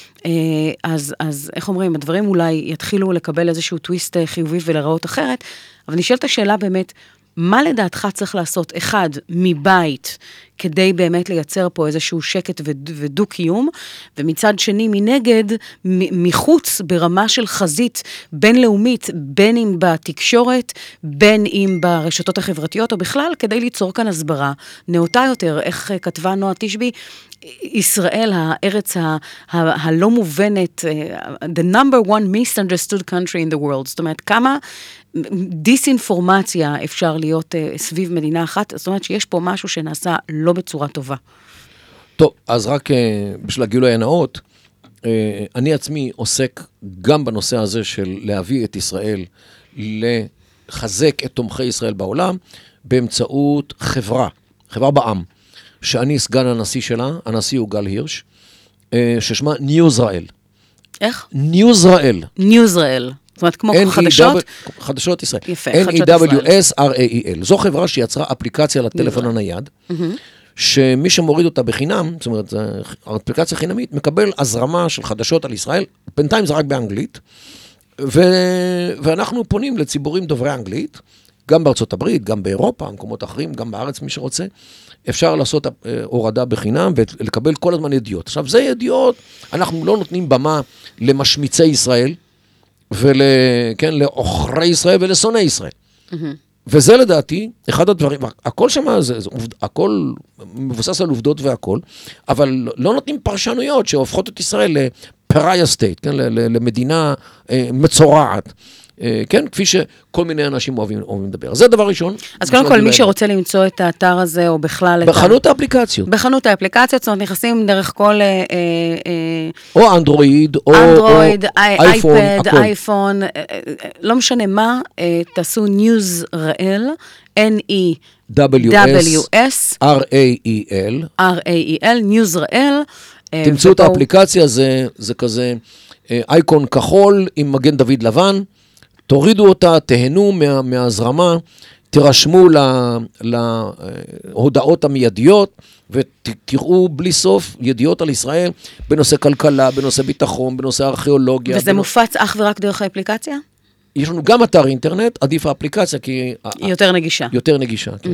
אז, אז איך אומרים, הדברים אולי יתחילו לקבל איזשהו טוויסט חיובי ולראות אחרת, אבל נשאלת השאלה באמת, מה לדעתך צריך לעשות, אחד, מבית, כדי באמת לייצר פה איזשהו שקט ודו-קיום, ומצד שני, מנגד, מחוץ ברמה של חזית בינלאומית, בין אם בתקשורת, בין אם ברשתות החברתיות, או בכלל, כדי ליצור כאן הסברה נאותה יותר, איך כתבה נועה תשבי, ישראל, הארץ ה- ה- הלא מובנת, the number one misunderstood country in the world, זאת אומרת, כמה דיסאינפורמציה אפשר להיות uh, סביב מדינה אחת, זאת אומרת שיש פה משהו שנעשה לא בצורה טובה. טוב, אז רק uh, בשביל הגילוי הנאות, uh, אני עצמי עוסק גם בנושא הזה של להביא את ישראל, לחזק את תומכי ישראל בעולם, באמצעות חברה, חברה בעם, שאני סגן הנשיא שלה, הנשיא הוא גל הירש, uh, ששמה ניוזראל. איך? ניוזראל. ניוזראל. זאת אומרת, כמו חדשות? חדשות ישראל. יפה, N חדשות E ישראל. W S R A E L. זו חברה שיצרה אפליקציה לטלפון הנייד, שמי שמוריד אותה בחינם, זאת אומרת, האפליקציה חינמית, מקבל הזרמה של חדשות על ישראל, בינתיים זה רק באנגלית, ואנחנו פונים לציבורים דוברי אנגלית, גם בארצות הברית, גם באירופה, במקומות אחרים, גם בארץ, מי שרוצה, אפשר לעשות הורדה בחינם ולקבל כל הזמן ידיעות. עכשיו, זה ידיעות, אנחנו לא נותנים במה למשמיצי ישראל, ול, כן, לאוכרי ישראל ולשונאי ישראל. Mm-hmm. וזה לדעתי, אחד הדברים, הכל שמה, זה, זה, הכל מבוסס על עובדות והכל, אבל לא נותנים פרשנויות שהופכות את ישראל לפריה סטייט, כן, למדינה אה, מצורעת. כן, כפי שכל מיני אנשים אוהבים, אוהבים לדבר. זה דבר ראשון. אז קודם כל, מי שרוצה למצוא את האתר הזה, או בכלל... בחנות האפליקציות. בחנות האפליקציות, זאת אומרת, נכנסים דרך כל... או אנדרואיד, או אנדרואיד, אייפון, אייפד, אייפון, לא משנה מה, תעשו ניוזראל, N-E W S R A E L R A E L, ניוזראל. תמצאו את האפליקציה, זה כזה אייקון כחול עם מגן דוד לבן, תורידו אותה, תהנו מה, מהזרמה, תירשמו לה, להודעות המיידיות, ותראו בלי סוף ידיעות על ישראל, בנושא כלכלה, בנושא ביטחון, בנושא ארכיאולוגיה. וזה בנושא... מופץ אך ורק דרך האפליקציה? יש לנו גם אתר אינטרנט, עדיף האפליקציה, כי... יותר נגישה. יותר נגישה, כן.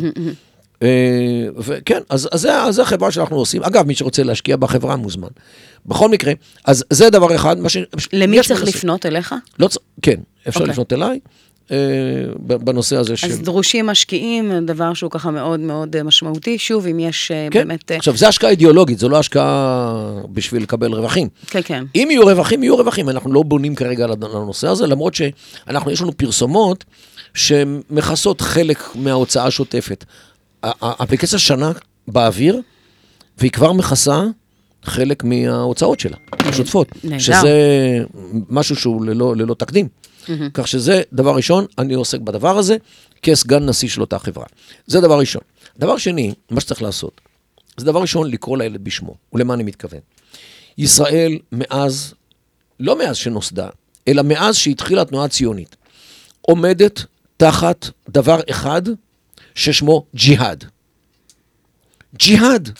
וכן, אז, אז זה, אז זה החברה שאנחנו עושים. אגב, מי שרוצה להשקיע בחברה מוזמן. בכל מקרה, אז זה דבר אחד. מה ש... למי צריך לפנות אליך? לא, כן, אפשר okay. לפנות אליי, אה, בנושא הזה של... אז דרושים משקיעים, דבר שהוא ככה מאוד מאוד משמעותי. שוב, אם יש כן. באמת... עכשיו, זה השקעה אידיאולוגית, זו לא השקעה בשביל לקבל רווחים. כן, כן. אם יהיו רווחים, יהיו רווחים. אנחנו לא בונים כרגע על הנושא הזה, למרות שאנחנו, יש לנו פרסומות שמכסות חלק מההוצאה השוטפת. האפליקציה שנה באוויר, והיא כבר מכסה חלק מההוצאות שלה, השוטפות, שזה משהו שהוא ללא, ללא תקדים. כך שזה דבר ראשון, אני עוסק בדבר הזה, כסגן נשיא של אותה חברה. זה דבר ראשון. דבר שני, מה שצריך לעשות, זה דבר ראשון לקרוא לילד בשמו, ולמה אני מתכוון. ישראל מאז, לא מאז שנוסדה, אלא מאז שהתחילה התנועה הציונית, עומדת תחת דבר אחד, ששמו ג'יהאד. ג'יהאד.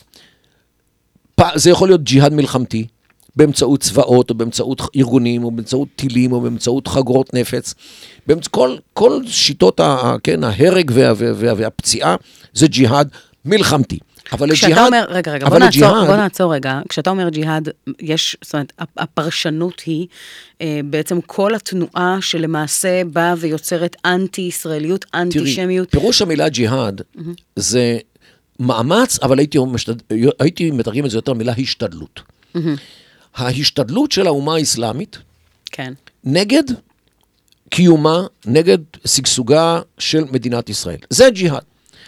זה יכול להיות ג'יהאד מלחמתי, באמצעות צבאות, או באמצעות ארגונים, או באמצעות טילים, או באמצעות חגורות נפץ. באמצע, כל, כל שיטות ה, כן, ההרג וה, וה, וה, והפציעה, זה ג'יהאד מלחמתי. אבל כשאתה לג'יהאד, אומר, רגע, רגע, בוא נעצור, לג'יהאד, בוא נעצור רגע. כשאתה אומר ג'יהאד, יש, זאת אומרת, הפרשנות היא אה, בעצם כל התנועה שלמעשה באה ויוצרת אנטי-ישראליות, אנטישמיות. תראי, פירוש המילה ג'יהאד mm-hmm. זה מאמץ, אבל הייתי, משתד... הייתי מתרגם את זה יותר מילה השתדלות. Mm-hmm. ההשתדלות של האומה האסלאמית, כן. נגד קיומה, נגד סגסוגה של מדינת ישראל. זה ג'יהאד.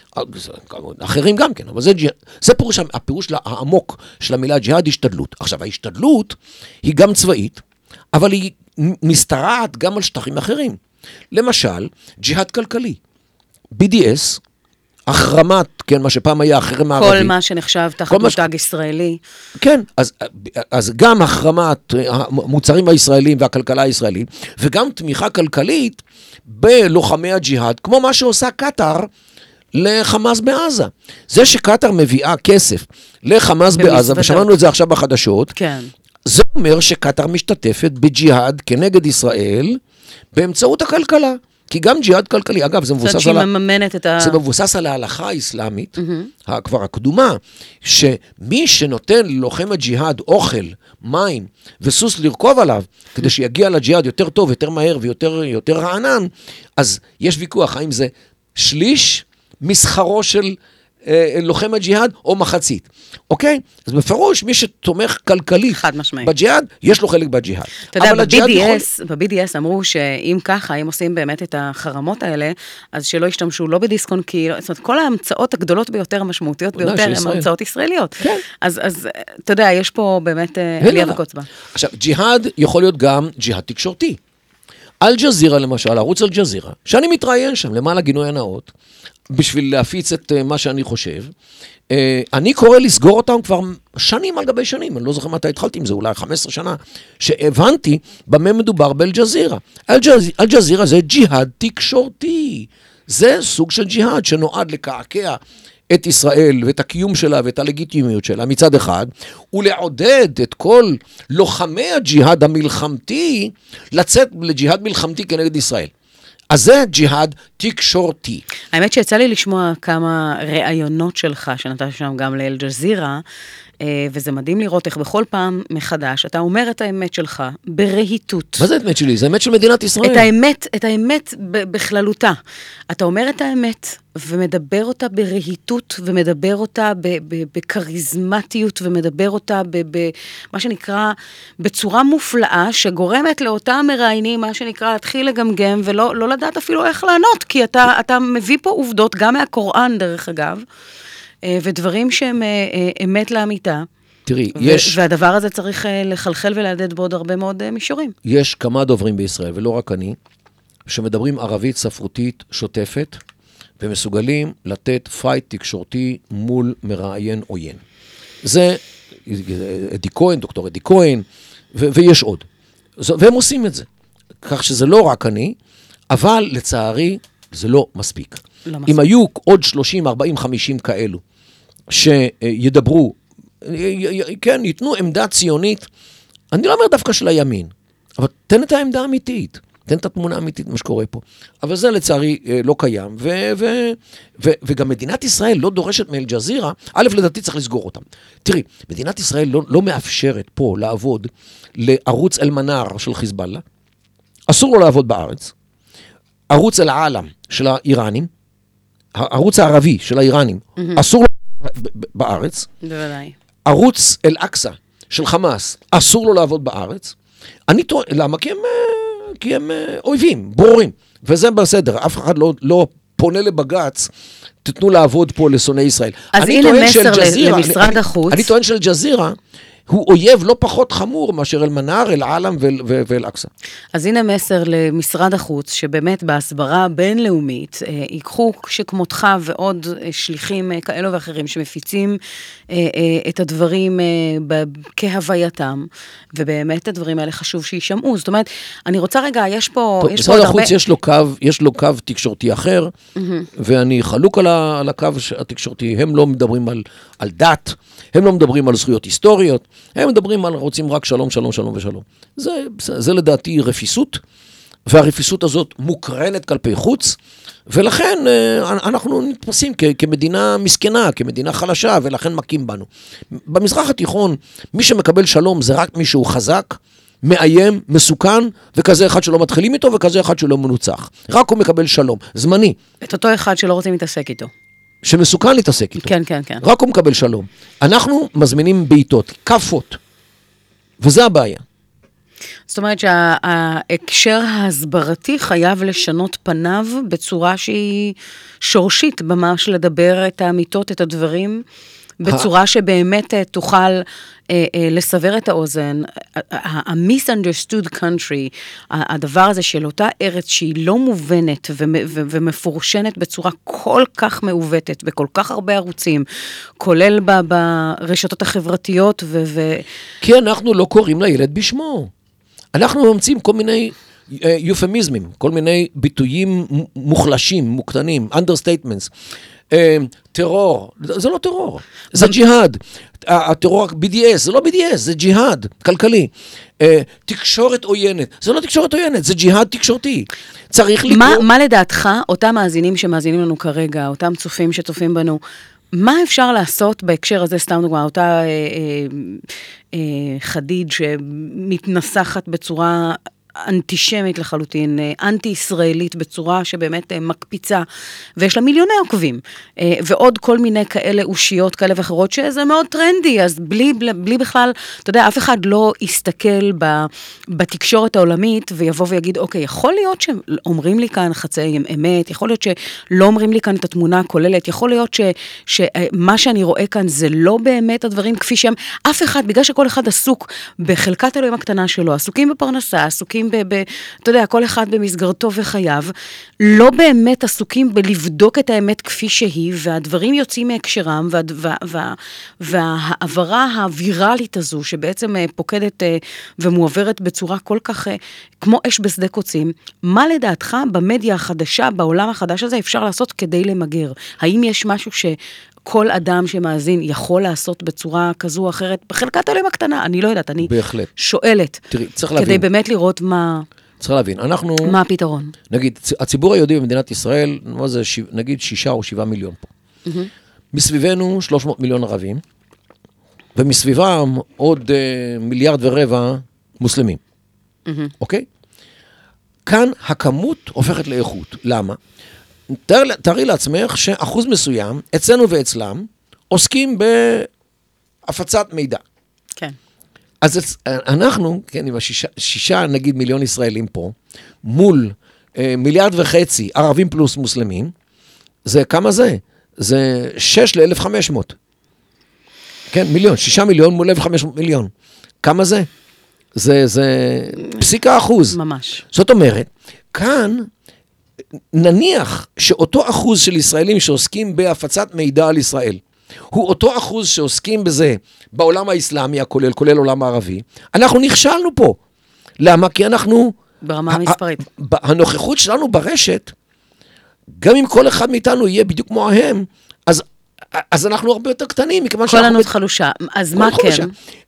אחרים גם כן, אבל זה, זה פירוש, הפירוש העמוק של המילה ג'יהאד, השתדלות. עכשיו, ההשתדלות היא גם צבאית, אבל היא מסתרעת גם על שטחים אחרים. למשל, ג'יהאד כלכלי. B D S, החרמת, כן, מה שפעם היה החרם הערבי. כל מה שנחשב תחת מותג ש... ישראלי. כן, אז, אז גם החרמת המוצרים הישראלים והכלכלה הישראלית, וגם תמיכה כלכלית בלוחמי הג'יהאד, כמו מה שעושה קטר לחמאס בעזה. זה שקטר מביאה כסף לחמאס בעזה, ושמענו את זה עכשיו בחדשות, כן. זה אומר שקטר משתתפת בג'יהאד כנגד ישראל, באמצעות הכלכלה. כי גם ג'יהאד כלכלי, אגב, זה מבוסס, על... ה... זה מבוסס על ההלכה האסלאמית, mm-hmm. כבר הקדומה, שמי שנותן ללוחם הג'יהאד אוכל, מים וסוס לרכוב עליו, כדי שיגיע לג'יהאד יותר טוב, יותר מהר ויותר יותר רענן, אז יש ויכוח, האם זה שליש מסחרו של אה, לוחם הג'יהאד או מחצית. אוקיי? אז בפירוש, מי שתומך כלכלית בג'יהאד, יש לו חלק בג'יהאד. אתה יודע, ב-בי די אס, ב-בי די אס אמרו שאם ככה, אם עושים באמת את החרמות האלה, אז שלא ישתמשו לא בדיסקון, כי זאת אומרת, כל ההמצאות הגדולות ביותר, המשמעותיות ביותר, הן המצאות ישראליות. כן. אז, אז, אתה יודע, יש פה באמת עלייה וקוצבה. עכשיו, ג'יהאד יכול להיות גם ג'יהאד תקשורתי. אל-ג'זירה למשל, ערוץ אל-ג'זירה, שאני מתראיין שם, למעלה גינוי הנאות, בשביל להפיץ את מה שאני חושב, אני קורא לסגור אותם כבר שנים על גבי שנים, אני לא זוכר מתי התחלתי עם זה, אולי חמש עשרה שנה, שהבנתי במה מדובר באל-ג'זירה. אל-ג'זירה זה ג'יהאד תקשורתי, זה סוג של ג'יהאד שנועד לקעקע את ישראל ואת הקיום שלה ואת הלגיטימיות שלה מצד אחד, ולעודד את כל לוחמי הג'יהאד המלחמתי לצאת לג'יהאד מלחמתי כנגד ישראל. אז זה ג'יהאד תקשורתי. האמת שיצא לי לשמוע כמה ראיונות שלך, שנתת שם גם לאל-ג'זירה, וזה מדהים לראות איך בכל פעם מחדש, אתה אומר את האמת שלך ברהיטות. מה זה האמת שלי? זה האמת של מדינת ישראל. את האמת, את האמת בכללותה. אתה אומר את האמת, ומדבר אותה ברהיטות, ומדבר אותה בקריזמטיות, ומדבר אותה במה שנקרא, בצורה מופלאה, שגורמת לאותם מראיינים, מה שנקרא, להתחיל לגמגם, ולא לא לדעת אפילו איך לענות, כי אתה, אתה מביא פה עובדות, גם מהקוראן דרך אגב, ודברים שהם אמת לאמיתה. תראי, יש... והדבר הזה צריך לחלחל ולעדד בעוד הרבה מאוד מישורים. יש כמה דוברים בישראל, ולא רק אני, שמדברים ערבית ספרותית שוטפת, ומסוגלים לתת פייט תקשורתי מול מראיין עוין. זה אדי כהן, דוקטור אדי כהן, ו- ויש עוד. והם עושים את זה. כך שזה לא רק אני, אבל לצערי זה לא מספיק. לא מספיק. אם היו עוד שלושים, ארבעים, חמישים כאלו, שידברו, כן, ייתנו עמדה ציונית, אני לא אומר דווקא של הימין, אבל תן את העמדה האמיתית, תן את התמונה האמיתית, מה שקורה פה. אבל זה לצערי לא קיים, ו- ו- ו- וגם מדינת ישראל לא דורשת מאל-ג'זירה, א' לדעתי צריך לסגור אותם. תראי, מדינת ישראל לא, לא מאפשרת פה לעבוד לערוץ אל-מנאר של חיזבאללה, אסור לו לעבוד בארץ, ערוץ אל-עאלם של האיראנים, הערוץ הערבי של האיראנים, mm-hmm. אסור לו בארץ, בוודאי. ערוץ אל-אקסה של חמאס, אסור לו לעבוד בארץ, אני טוען, למה? כי הם, כי הם אויבים, ברורים, וזה בסדר, אף אחד לא, לא פונה לבגץ, תתנו לעבוד פה לשונאי ישראל. אז הנה מסר למשרד החוץ. אני טוען של ג'זירה, הוא אויב לא פחות חמור מאשר אל-מנאר, אל-עאלם ואל-אקסה. אז הנה מסר למשרד החוץ, שבאמת בהסברה בינלאומית, ייקחו שכמותך ועוד שליחים כאלו ואחרים, שמפיצים את הדברים כהווייתם, ובאמת הדברים האלה חשוב שישמעו. זאת אומרת, אני רוצה רגע, יש פה... טוב, משרד החוץ יש לו קו, יש לו קו תקשורתי אחר, ואני חלוק על הקו התקשורתי, הם לא מדברים על, על דת, הם לא מדברים על זכויות היסטוריות, הם מדברים על, רוצים רק שלום, שלום, שלום ושלום. זה, זה, זה לדעתי רפיסות, והרפיסות הזאת מוקרנת כלפי חוץ, ולכן אנחנו נתפסים כ, כמדינה מסכנה, כמדינה חלשה, ולכן מכים בנו. במזרח התיכון, מי שמקבל שלום זה רק מישהו חזק, מאיים, מסוכן, וכזה אחד שלא מתחילים איתו, וכזה אחד שלא מנוצח. רק הוא מקבל שלום, זמני. את אותו אחד שלא רוצים להתעסק איתו. שמסוכן להתעסק איתו. כן, כן, כן. רק הוא מקבל שלום. אנחנו מזמינים בעיתות, כפות, וזה הבעיה. זאת אומרת שההקשר ההסברתי חייב לשנות פניו בצורה שהיא שורשית, ממש לדבר את האמיתות, את הדברים, בצורה שבאמת תוכל לסבר את האוזן. ה-misunderstood country, הדבר הזה של אותה ארץ שהיא לא מובנת ומפורשנת בצורה כל כך מעוותת, בכל כך הרבה ערוצים, כולל ברשתות החברתיות ו... כי אנחנו לא קוראים לילד בשמו. אנחנו ממציאים כל מיני יופמיזמים, כל מיני ביטויים מוחלשים, מוקטנים, understatements. טרור, זה לא טרור, זה ג'יהאד. הטרור בי די אס, זה לא בי די אס, זה ג'יהאד כלכלי. תקשורת עוינת, זה לא תקשורת עוינת, זה ג'יהאד תקשורתי. צריך לקרוא... מה לדעתך, אותם מאזינים שמאזינים לנו כרגע, אותם צופים שצופים בנו, מה אפשר לעשות בהקשר הזה, סתם דוגמה, אותה אה, אה, אה, חדיד שמתנסחת בצורה אנטישמית לחלוטין, אנטי-ישראלית בצורה שבאמת מקפיצה, ויש לה מיליוני עוקבים, ועוד כל מיני כאלה אושיות כאלה ואחרות, שזה מאוד טרנדי, אז בלי, בלי בכלל, אתה יודע, אף אחד לא יסתכל בתקשורת העולמית, ויבוא ויגיד, אוקיי, יכול להיות שאומרים לי כאן חצי אמת, יכול להיות שלא אומרים לי כאן את התמונה הכוללת, יכול להיות ש, שמה שאני רואה כאן זה לא באמת הדברים כפי שהם, אף אחד, בגלל שכל אחד עסוק בחלקת אלוהים הקטנה שלו, עסוקים בפרנסה, עסוקים ב, ב, אתה יודע, כל אחד במסגרתו וחייו, לא באמת עסוקים בלבדוק את האמת כפי שהיא, והדברים יוצאים מהקשרם, וה, וה, וה, והעברה הווירלית הזו, שבעצם פוקדת ומועברת בצורה כל כך, כמו אש בשדה קוצים, מה לדעתך במדיה החדשה, בעולם החדש הזה, אפשר לעשות כדי למגר? האם יש משהו ש... כל אדם שמאזין יכול לעשות בצורה כזו או אחרת, בחלקת אלוהים הקטנה, אני לא יודעת, אני בהחלט. שואלת, תראי, צריך כדי להבין. באמת לראות מה, צריך להבין, אנחנו, מה הפתרון. נגיד, הציבור היהודי במדינת ישראל, מה זה, נגיד שישה או שבעה מיליון פה. Mm-hmm. מסביבנו שלוש מאות מיליון ערבים, ומסביבם עוד uh, מיליארד ורבע מוסלמים. Mm-hmm. אוקיי? כאן הכמות הופכת לאיכות. למה? תארי, תארי לעצמך שאחוז מסוים, אצלנו ואצלם, עוסקים בהפצת מידע. כן. אז אנחנו, כן, עם השישה, שישה, נגיד, מיליון ישראלים פה, מול אה, מיליארד וחצי ערבים פלוס מוסלמים, זה כמה זה? זה שש לאלף חמש מאות. כן, מיליון, שישה מיליון מול אלף וחמש מאות מיליון. כמה זה? זה, זה פסיקה אחוז. ממש. זאת אומרת, כאן, נניח שאותו אחוז של ישראלים שעוסקים בהפצת מידע על ישראל, הוא אותו אחוז שעוסקים בזה בעולם האסלאמי הכולל, כולל עולם הערבי, אנחנו נכשלנו פה. למה? כי אנחנו... ברמה המספרית. הנוכחות שלנו ברשת, גם אם כל אחד מאיתנו יהיה בדיוק כמו הם, אז, אז אנחנו הרבה יותר קטנים, מכיוון כל ענות חלושה. אז מה כן?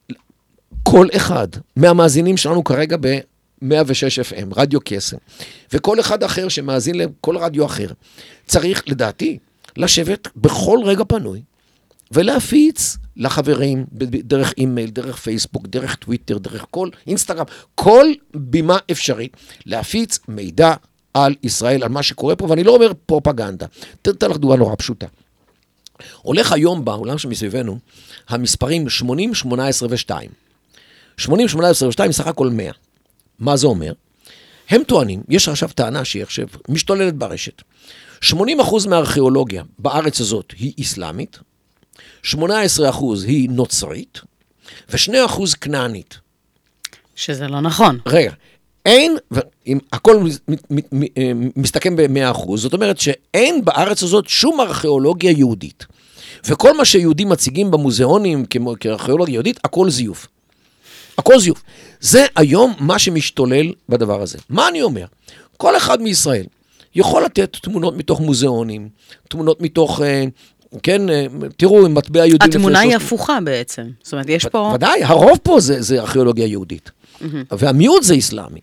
כל אחד מהמאזינים שלנו כרגע ב... מאה ושש אף אם, רדיו קסם, וכל אחד אחר שמאזין לכל רדיו אחר, צריך לדעתי לשבת בכל רגע פנוי, ולהפיץ לחברים, דרך אימייל, דרך פייסבוק, דרך טוויטר, דרך כל אינסטגרם, כל בימה אפשרית, להפיץ מידע על ישראל, על מה שקורה פה, ואני לא אומר פרופגנדה, תראה לך דוגמה נורא פשוטה. הולך היום בעולם שמסביבנו, המספרים שמונים, שמונה עשרה ושתיים. שמונים, שמונה עשרה ושתיים, סך הכל מאה. מה זה אומר? הם טוענים, יש עכשיו טענה שהיא עכשיו משתוללת ברשת. שמונים אחוז מהארכיאולוגיה בארץ הזאת היא אסלאמית, שמונה עשרה אחוז היא נוצרית, ו-שני אחוז כנענית. שזה לא נכון. רגע, אין, אם הכל מסתכם ב-מאה אחוז, זאת אומרת שאין בארץ הזאת שום ארכיאולוגיה יהודית. וכל מה שיהודים מציגים במוזיאונים כארכיאולוגיה יהודית, הכל זיוף. הכל זיוף. זה היום מה שמשתולל בדבר הזה. מה אני אומר? כל אחד מישראל יכול לתת תמונות מתוך מוזיאונים, תמונות מתוך, כן, תראו, מטבע יהודי... התמונה היא הפוכה בעצם. זאת אומרת, יש פה... ודאי, הרוב פה זה, זה ארכיאולוגיה יהודית. והמיעוט זה אסלאמי.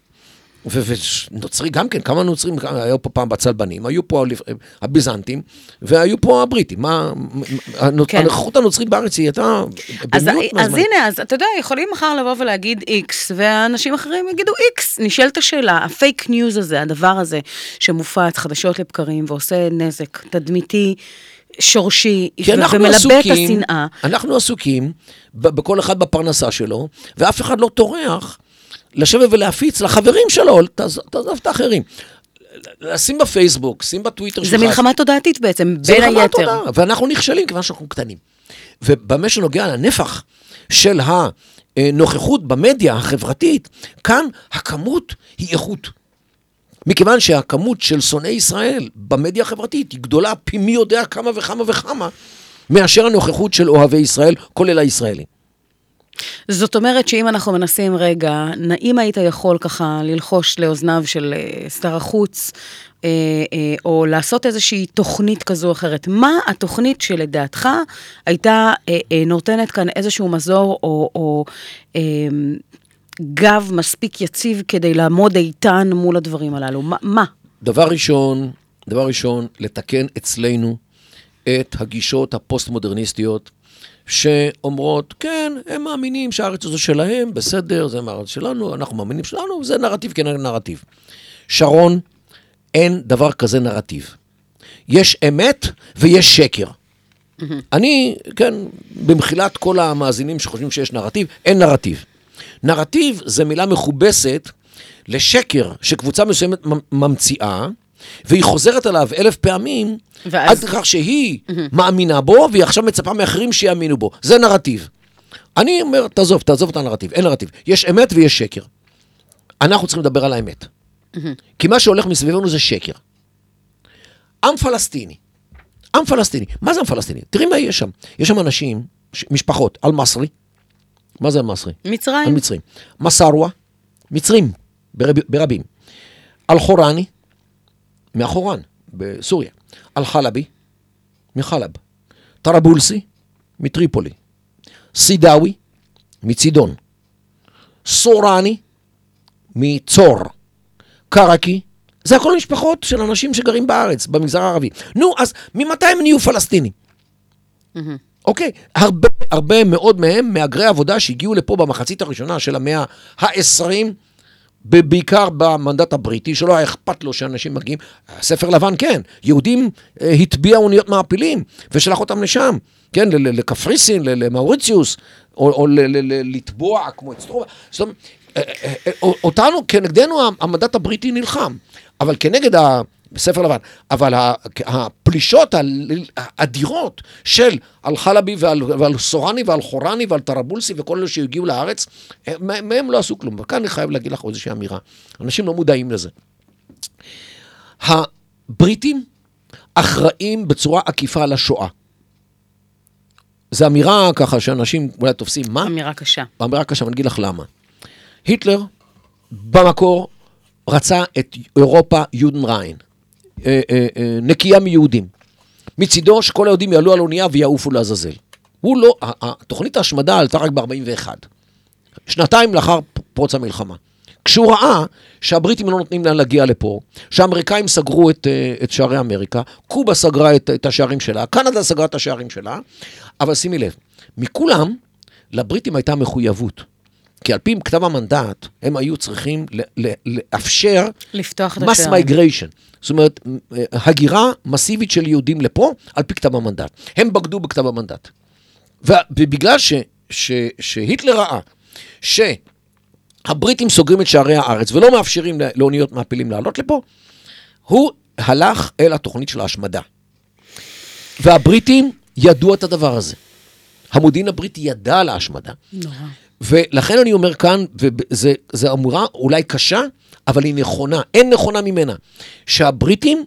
ונוצרי גם כן, כמה נוצרים, היו פה פעם בצלבנים, היו פה הביזנטים, והיו פה הבריטים. הנוכחות הנוצרית בארץ היא הייתה במיעוט מהזמן. אז הנה, אז אתה יודע, יכולים מחר לבוא ולהגיד X, ואנשים אחרים יגידו X. נשאלת השאלה, הפייק ניוז הזה, הדבר הזה, שמופץ חדשות לבקרים, ועושה נזק תדמיתי, שורשי, ומלבה את השנאה. אנחנו עסוקים בכל אחד בפרנסה שלו, ואף אחד לא טורח לשבת ולהפיץ לחברים שלו, תעזוב את האחרים, לשים בפייסבוק, שים בטוויטר שלך. זה מלחמה תודעתית בעצם, בין היתר. זה מלחמה תודעה, ואנחנו נכשלים כיוון שאנחנו קטנים. ובמה שנוגע לנפח של הנוכחות במדיה החברתית, כאן הכמות היא איכות. מכיוון שהכמות של שונאי ישראל במדיה החברתית היא גדולה פי מי יודע כמה וכמה וכמה, מאשר הנוכחות של אוהבי ישראל, כולל הישראלים. זאת אומרת שאם אנחנו מנסים רגע, אם היית יכול ככה ללחוש לאוזניו של שר החוץ, או לעשות איזושהי תוכנית כזו או אחרת, מה התוכנית שלדעתך הייתה נותנת כאן איזשהו מזור, או, או גב מספיק יציב כדי לעמוד איתן מול הדברים הללו? מה? מה? דבר ראשון, דבר ראשון, לתקן אצלנו את הגישות הפוסט-מודרניסטיות, שאומרות, כן, הם מאמינים שהארץ הזו שלהם, בסדר, זה מהארץ שלנו, אנחנו מאמינים שלנו, זה נרטיב כנגד נרטיב. שרון, אין דבר כזה נרטיב. יש אמת ויש שקר. Mm-hmm. אני, כן, במחילת כל המאזינים שחושבים שיש נרטיב, אין נרטיב. נרטיב זה מילה מכובסת לשקר שקבוצה מסוימת ממציאה, והיא חוזרת עליו אלף פעמים, ואז... עד כך שהיא mm-hmm. מאמינה בו, והיא עכשיו מצפה מאחרים שיאמינו בו. זה נרטיב. אני אומר, תעזוב, תעזוב את הנרטיב, אין נרטיב. יש אמת ויש שקר. אנחנו צריכים לדבר על האמת. Mm-hmm. כי מה שהולך מסביבנו זה שקר. עם פלסטיני. עם פלסטיני. מה זה עם פלסטיני? תראי מה יש שם. יש שם אנשים, משפחות, על מסרי. מה זה על מסרי? מצרים. על מצרים. מסרווה, מצרים, ברב, ברבים. על חורני, מהחורן, בסוריה. על חלבי, מחלב. טרבולסי, מטריפולי. סידאוי, מצידון. סורני, מצור. קרקי, זה הכל משפחות של אנשים שגרים בארץ, במגזר הערבי. נו, אז ממתי הם נהיו פלסטינים? אוקיי, הרבה, הרבה מאוד מהם מהגרי עבודה שהגיעו לפה במחצית הראשונה של המאה העשרים, בעיקר במנדט הבריטי, שלא היה אכפת לו שאנשים מגיעים. ספר לבן, כן, יהודים הטביע אוניות מעפילים, ושלח אותם לשם, כן, לקפריסין, למאוריציוס, או לטבוע כמו אצטרובה. זאת אומרת, אותנו, כנגדנו המנדט הבריטי נלחם, אבל כנגד בספר לבן, אבל הפלישות האדירות של על חלבי ועל סורני ועל חורני ועל טרבולסי וכל אלה שהגיעו לארץ, מהם לא עשו כלום. וכאן אני חייב להגיד לך איזושהי אמירה. אנשים לא מודעים לזה. הבריטים אחראים בצורה עקיפה על השואה. זו אמירה ככה שאנשים אולי תופסים מה? אמירה קשה. אמירה קשה, ואני אגיד לך למה. היטלר במקור רצה את אירופה יודנריין, נקייה מיהודים. מצידו שכל היהודים יעלו על אונייה ויעופו לעזאזל. הוא לא, התוכנית ההשמדה עלתה רק ב-ארבעים ואחת, שנתיים לאחר פרוץ המלחמה. כשהוא ראה שהבריטים לא נותנים להם להגיע לפה, שהאמריקאים סגרו את, את שערי אמריקה, קובה סגרה את, את השערים שלה, קנדה סגרה את השערים שלה, אבל שימי לב, מכולם לבריטים הייתה מחויבות. כי על פי כתב המנדט, הם היו צריכים לאפשר לפתוח את mass השערים. migration. זאת אומרת, הגירה מסיבית של יהודים לפה, על פי כתב המנדט. הם בגדו בכתב המנדט. ובגלל ש, ש, שהיטלר ראה שהבריטים סוגרים את שערי הארץ, ולא מאפשרים לאוניות מעפילים לעלות לפה, הוא הלך אל התוכנית של ההשמדה. והבריטים ידעו את הדבר הזה. המודיעין הבריטי ידע על ההשמדה. נורא. ולכן אני אומר כאן, וזו אמורה אולי קשה, אבל היא נכונה, אין נכונה ממנה, שהבריטים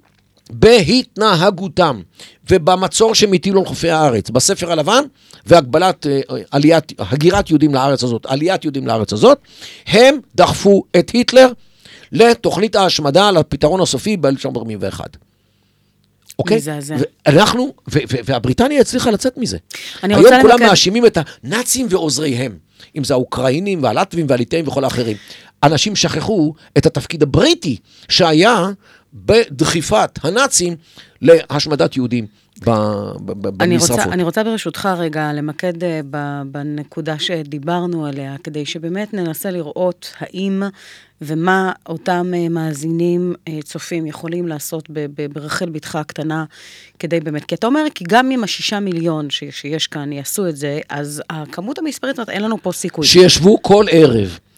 בהתנהגותם ובמצור שהם הטילו על חופי הארץ, בספר הלבן, והגבלת עליית, הגירת יהודים לארץ הזאת, עליית יהודים לארץ הזאת, הם דחפו את היטלר לתוכנית ההשמדה לפתרון הסופי ב-אלף תשע מאות ארבעים ואחת. אוקיי? מזעזע. ואנחנו, והבריטניה הצליחה לצאת מזה. היום כולם מאשימים את הנאצים ועוזריהם, אם זה האוקראינים והלטבים והליטאים וכל האחרים. אנשים שכחו את התפקיד הבריטי שהיה בדחיפת הנאצים להשמדת יהודים במשרפות. אני רוצה ברשותך רגע למקד בנקודה שדיברנו עליה, כדי שבאמת ננסה לראות האם ומה אותם מאזינים צופים יכולים לעשות ברחל בתך הקטנה, כדי באמת, כי אתה אומר, כי גם אם השישה מיליון שיש כאן יעשו את זה, אז הכמות המספרית, אין לנו פה סיכוי. שישבו כל ערב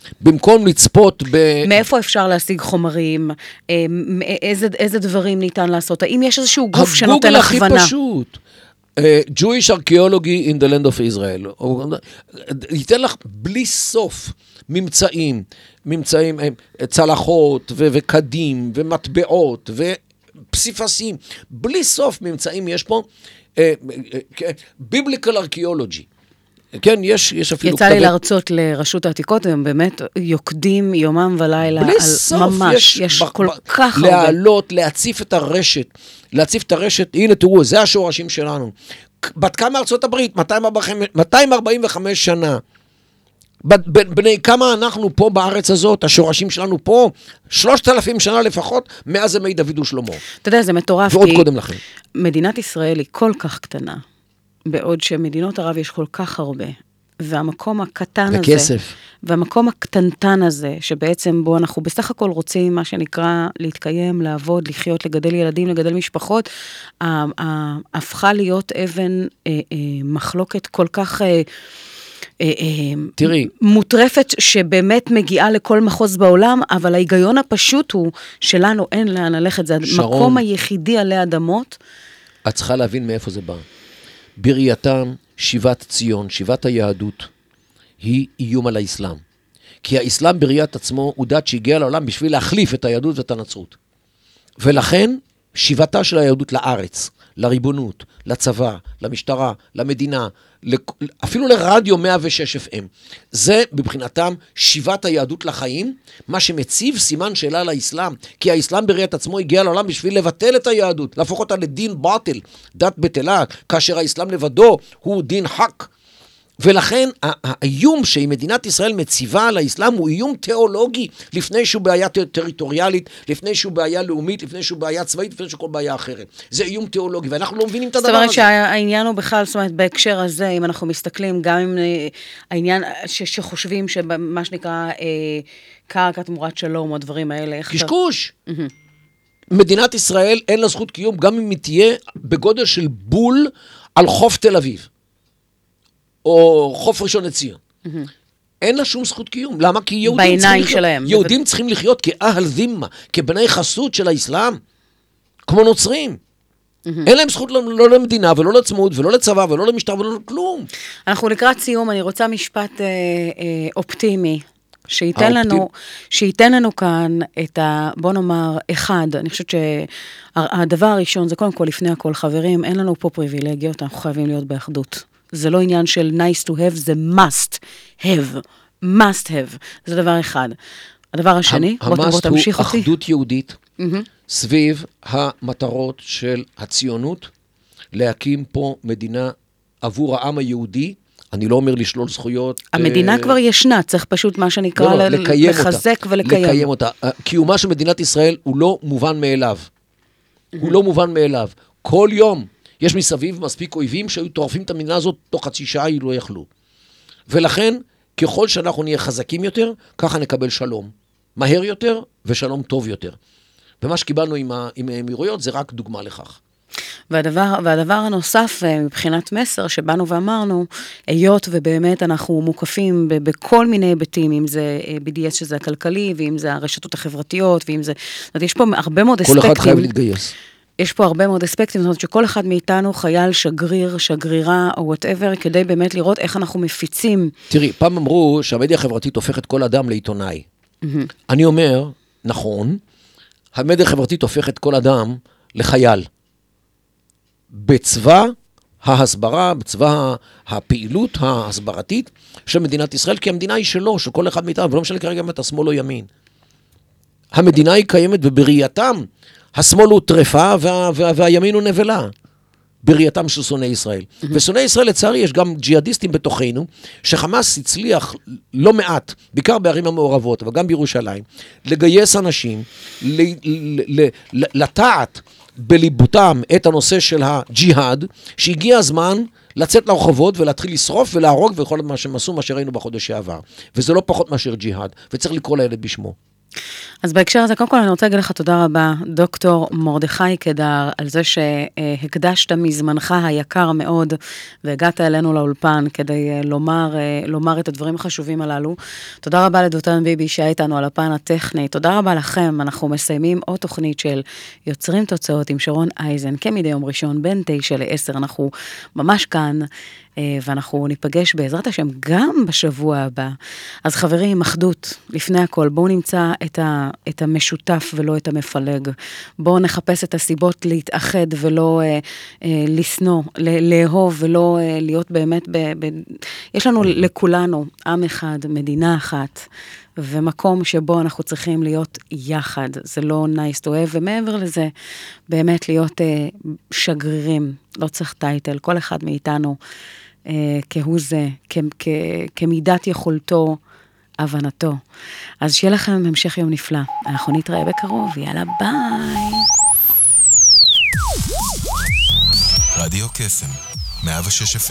במקום לצפות ב... מאיפה אפשר להשיג חומרים? איזה, איזה דברים ניתן לעשות? האם יש איזשהו גוף שנותן הכוונה? הגוגל הכי פשוט. Uh, Jewish Archaeology in the Land of Israel. ייתן לך בלי סוף ממצאים, ממצאים, צלחות ו- וקדים ומטבעות ופסיפסים. בלי סוף ממצאים יש פה uh, uh, Biblical Archaeology. כן, יש, יש אפילו... יצא לי להרצות לרשות העתיקות, הם באמת יוקדים יומם ולילה. בלי על סוף, ממש, יש, יש ב, כל ב, כך הרבה. להעלות, להציף את הרשת, להציף את הרשת, הנה תראו, זה השורשים שלנו. בת כמה ארצות הברית? מאתיים ארבעים וחמש שנה. בני כמה אנחנו פה בארץ הזאת, השורשים שלנו פה, שלושת אלפים שנה לפחות, מאז ימי דוד ושלמה. אתה יודע, זה מטורף, ועוד קודם לכן. מדינת ישראל היא כל כך קטנה. בעוד שמדינות ערב יש כל כך הרבה, והמקום הקטן וכסף. הזה, והמקום הקטנטן הזה, שבעצם בו אנחנו בסך הכל רוצים, מה שנקרא, להתקיים, לעבוד, לחיות, לגדל ילדים, לגדל משפחות, הפכה להיות אבן אה, אה, מחלוקת כל כך... אה, תראי. מוטרפת שבאמת מגיעה לכל מחוז בעולם, אבל ההיגיון הפשוט הוא שלנו אין לאן ללכת, זה שרון, המקום היחידי עלי אדמות. את צריכה להבין מאיפה זה בא. בראייתם, שיבת ציון, שיבת היהדות, היא איום על האסלאם. כי האסלאם בראיית עצמו הוא דת שהגיע לעולם בשביל להחליף את היהדות ואת הנצרות. ולכן, שיבתה של היהדות לארץ, לריבונות, לצבא, למשטרה, למדינה, אפילו לרדיו מאה ושש אף אם. זה בבחינתם שיבת היהדות לחיים, מה שמציב סימן שאלה לאסלאם, כי האסלאם בראיית עצמו הגיע לעולם בשביל לבטל את היהדות, להפוך אותה לדין באטל, דת בטלה, כאשר האסלאם לבדו הוא דין חק. ולכן האיום שהיא מדינת ישראל מציבה על האסלאם הוא איום תיאולוגי, לפני שהוא בעיה טריטוריאלית, לפני שהוא בעיה לאומית, לפני שהוא בעיה צבאית, לפני שהוא כל בעיה אחרת. זה איום תיאולוגי, ואנחנו לא מבינים את הדבר הזה. זאת אומרת שהעניין הוא בכלל, זאת אומרת, בהקשר הזה, אם אנחנו מסתכלים, גם עם העניין שחושבים שמה שנקרא קרקע תמורת שלום, או הדברים האלה. קשקוש! מדינת ישראל אין לה זכות קיום, גם אם היא תהיה בגודל של בול על חוף תל אביב. או חוף ראשון לציון. אין לה שום זכות קיום. למה? כי יהודים צריכים, שלהם, יהודים זה... צריכים לחיות כאהל זימה, כבני חסות של האסלאם, כמו נוצרים. אין להם זכות לא, לא למדינה, ולא לעצמאות, ולא לצבא, ולא למשטר, ולא לכלום. אנחנו לקראת סיום, אני רוצה משפט אה, אה, אופטימי, שייתן לנו, שייתן לנו כאן את ה... בוא נאמר, אחד, אני חושבת שהדבר הראשון, זה קודם כל לפני הכל, חברים, אין לנו פה פריבילגיות, אנחנו חייבים להיות באחדות. זה לא עניין של nice to have, זה must have, must have, זה דבר אחד. הדבר השני, בוא, בוא תמשיך אותי. המאסט הוא אחדות יהודית, mm-hmm. סביב המטרות של הציונות, להקים פה מדינה עבור העם היהודי, אני לא אומר לשלול זכויות. המדינה uh, כבר ישנה, צריך פשוט מה שנקרא לא, לא, לקיים לחזק אותה, ולקיים. לקיים אותה. קיומה של מדינת ישראל הוא לא מובן מאליו. Mm-hmm. הוא לא מובן מאליו. כל יום, יש מסביב מספיק אויבים שהיו טורפים את המדינה הזאת תוך חצי שעה, היא לא יכלו. ולכן, ככל שאנחנו נהיה חזקים יותר, ככה נקבל שלום. מהר יותר ושלום טוב יותר. ומה שקיבלנו עם, ה, עם האמירויות זה רק דוגמה לכך. והדבר, והדבר הנוסף מבחינת מסר שבאנו ואמרנו, היות ובאמת אנחנו מוקפים בכל מיני היבטים, אם זה בי די אס שזה הכלכלי, ואם זה הרשתות החברתיות, ואם זה... זאת אומרת, יש פה הרבה מאוד אספקטים. כל אחד חייב להתגייס. יש פה הרבה מאוד אספקטים, זאת אומרת שכל אחד מאיתנו חייל, שגריר, שגרירה או whatever, כדי באמת לראות איך אנחנו מפיצים. תראי, פעם אמרו שהמדיה החברתית הופכת כל אדם לעיתונאי. Mm-hmm. אני אומר, נכון, המדיה החברתית הופכת כל אדם לחייל. בצבא ההסברה, בצבא הפעילות ההסברתית של מדינת ישראל, כי המדינה היא שלו, של כל אחד מאיתנו, ולא משנה כרגע אם אתה שמאל או ימין. המדינה היא קיימת ובראייתם, השמאל הוא טרפה וה, וה, והימין הוא נבלה, בראייתם של שונאי ישראל. Mm-hmm. ושונאי ישראל, לצערי, יש גם ג'יהאדיסטים בתוכנו, שחמאס הצליח לא מעט, בעיקר בערים המעורבות, אבל גם בירושלים, לגייס אנשים, ל, ל, ל, ל, לטעת בליבותם את הנושא של הג'יהאד, שהגיע הזמן לצאת לרחובות ולהתחיל לשרוף ולהרוג וכל מה שהם עשו, מה שראינו בחודש שעבר. וזה לא פחות מאשר ג'יהאד, וצריך לקרוא לילד בשמו. אז בהקשר הזה, קודם כל אני רוצה להגיד לך תודה רבה, דוקטור מרדכי קדר, על זה שהקדשת מזמנך היקר מאוד, והגעת אלינו לאולפן כדי לומר, לומר את הדברים החשובים הללו. תודה רבה לדותן ביבי שהיה איתנו על הפן הטכני. תודה רבה לכם, אנחנו מסיימים עוד תוכנית של יוצרים תוצאות עם שרון אייזן, כמדי יום ראשון, בין תשע לעשר, אנחנו ממש כאן, ואנחנו ניפגש בעזרת השם גם בשבוע הבא. אז חברים, אחדות, לפני הכל, בואו נמצא את, ה, את המשותף ולא את המפלג. בואו נחפש את הסיבות להתאחד ולא אה, אה, לסנוע, לאהוב ולא אה, להיות באמת, ב, ב, יש לנו לכולנו עם אחד, מדינה אחת, ומקום שבו אנחנו צריכים להיות יחד. זה לא nice to have, ומעבר לזה, באמת להיות אה, שגרירים, לא צריך טייטל, כל אחד מאיתנו, אה, כהוא זה, כ, כ, כמידת יכולתו, הבנתו. אז שיהיה לכם המשך יום נפלא. אנחנו נתראה בקרוב, יאללה ביי. רדיו קסם, מאה ושש אף אם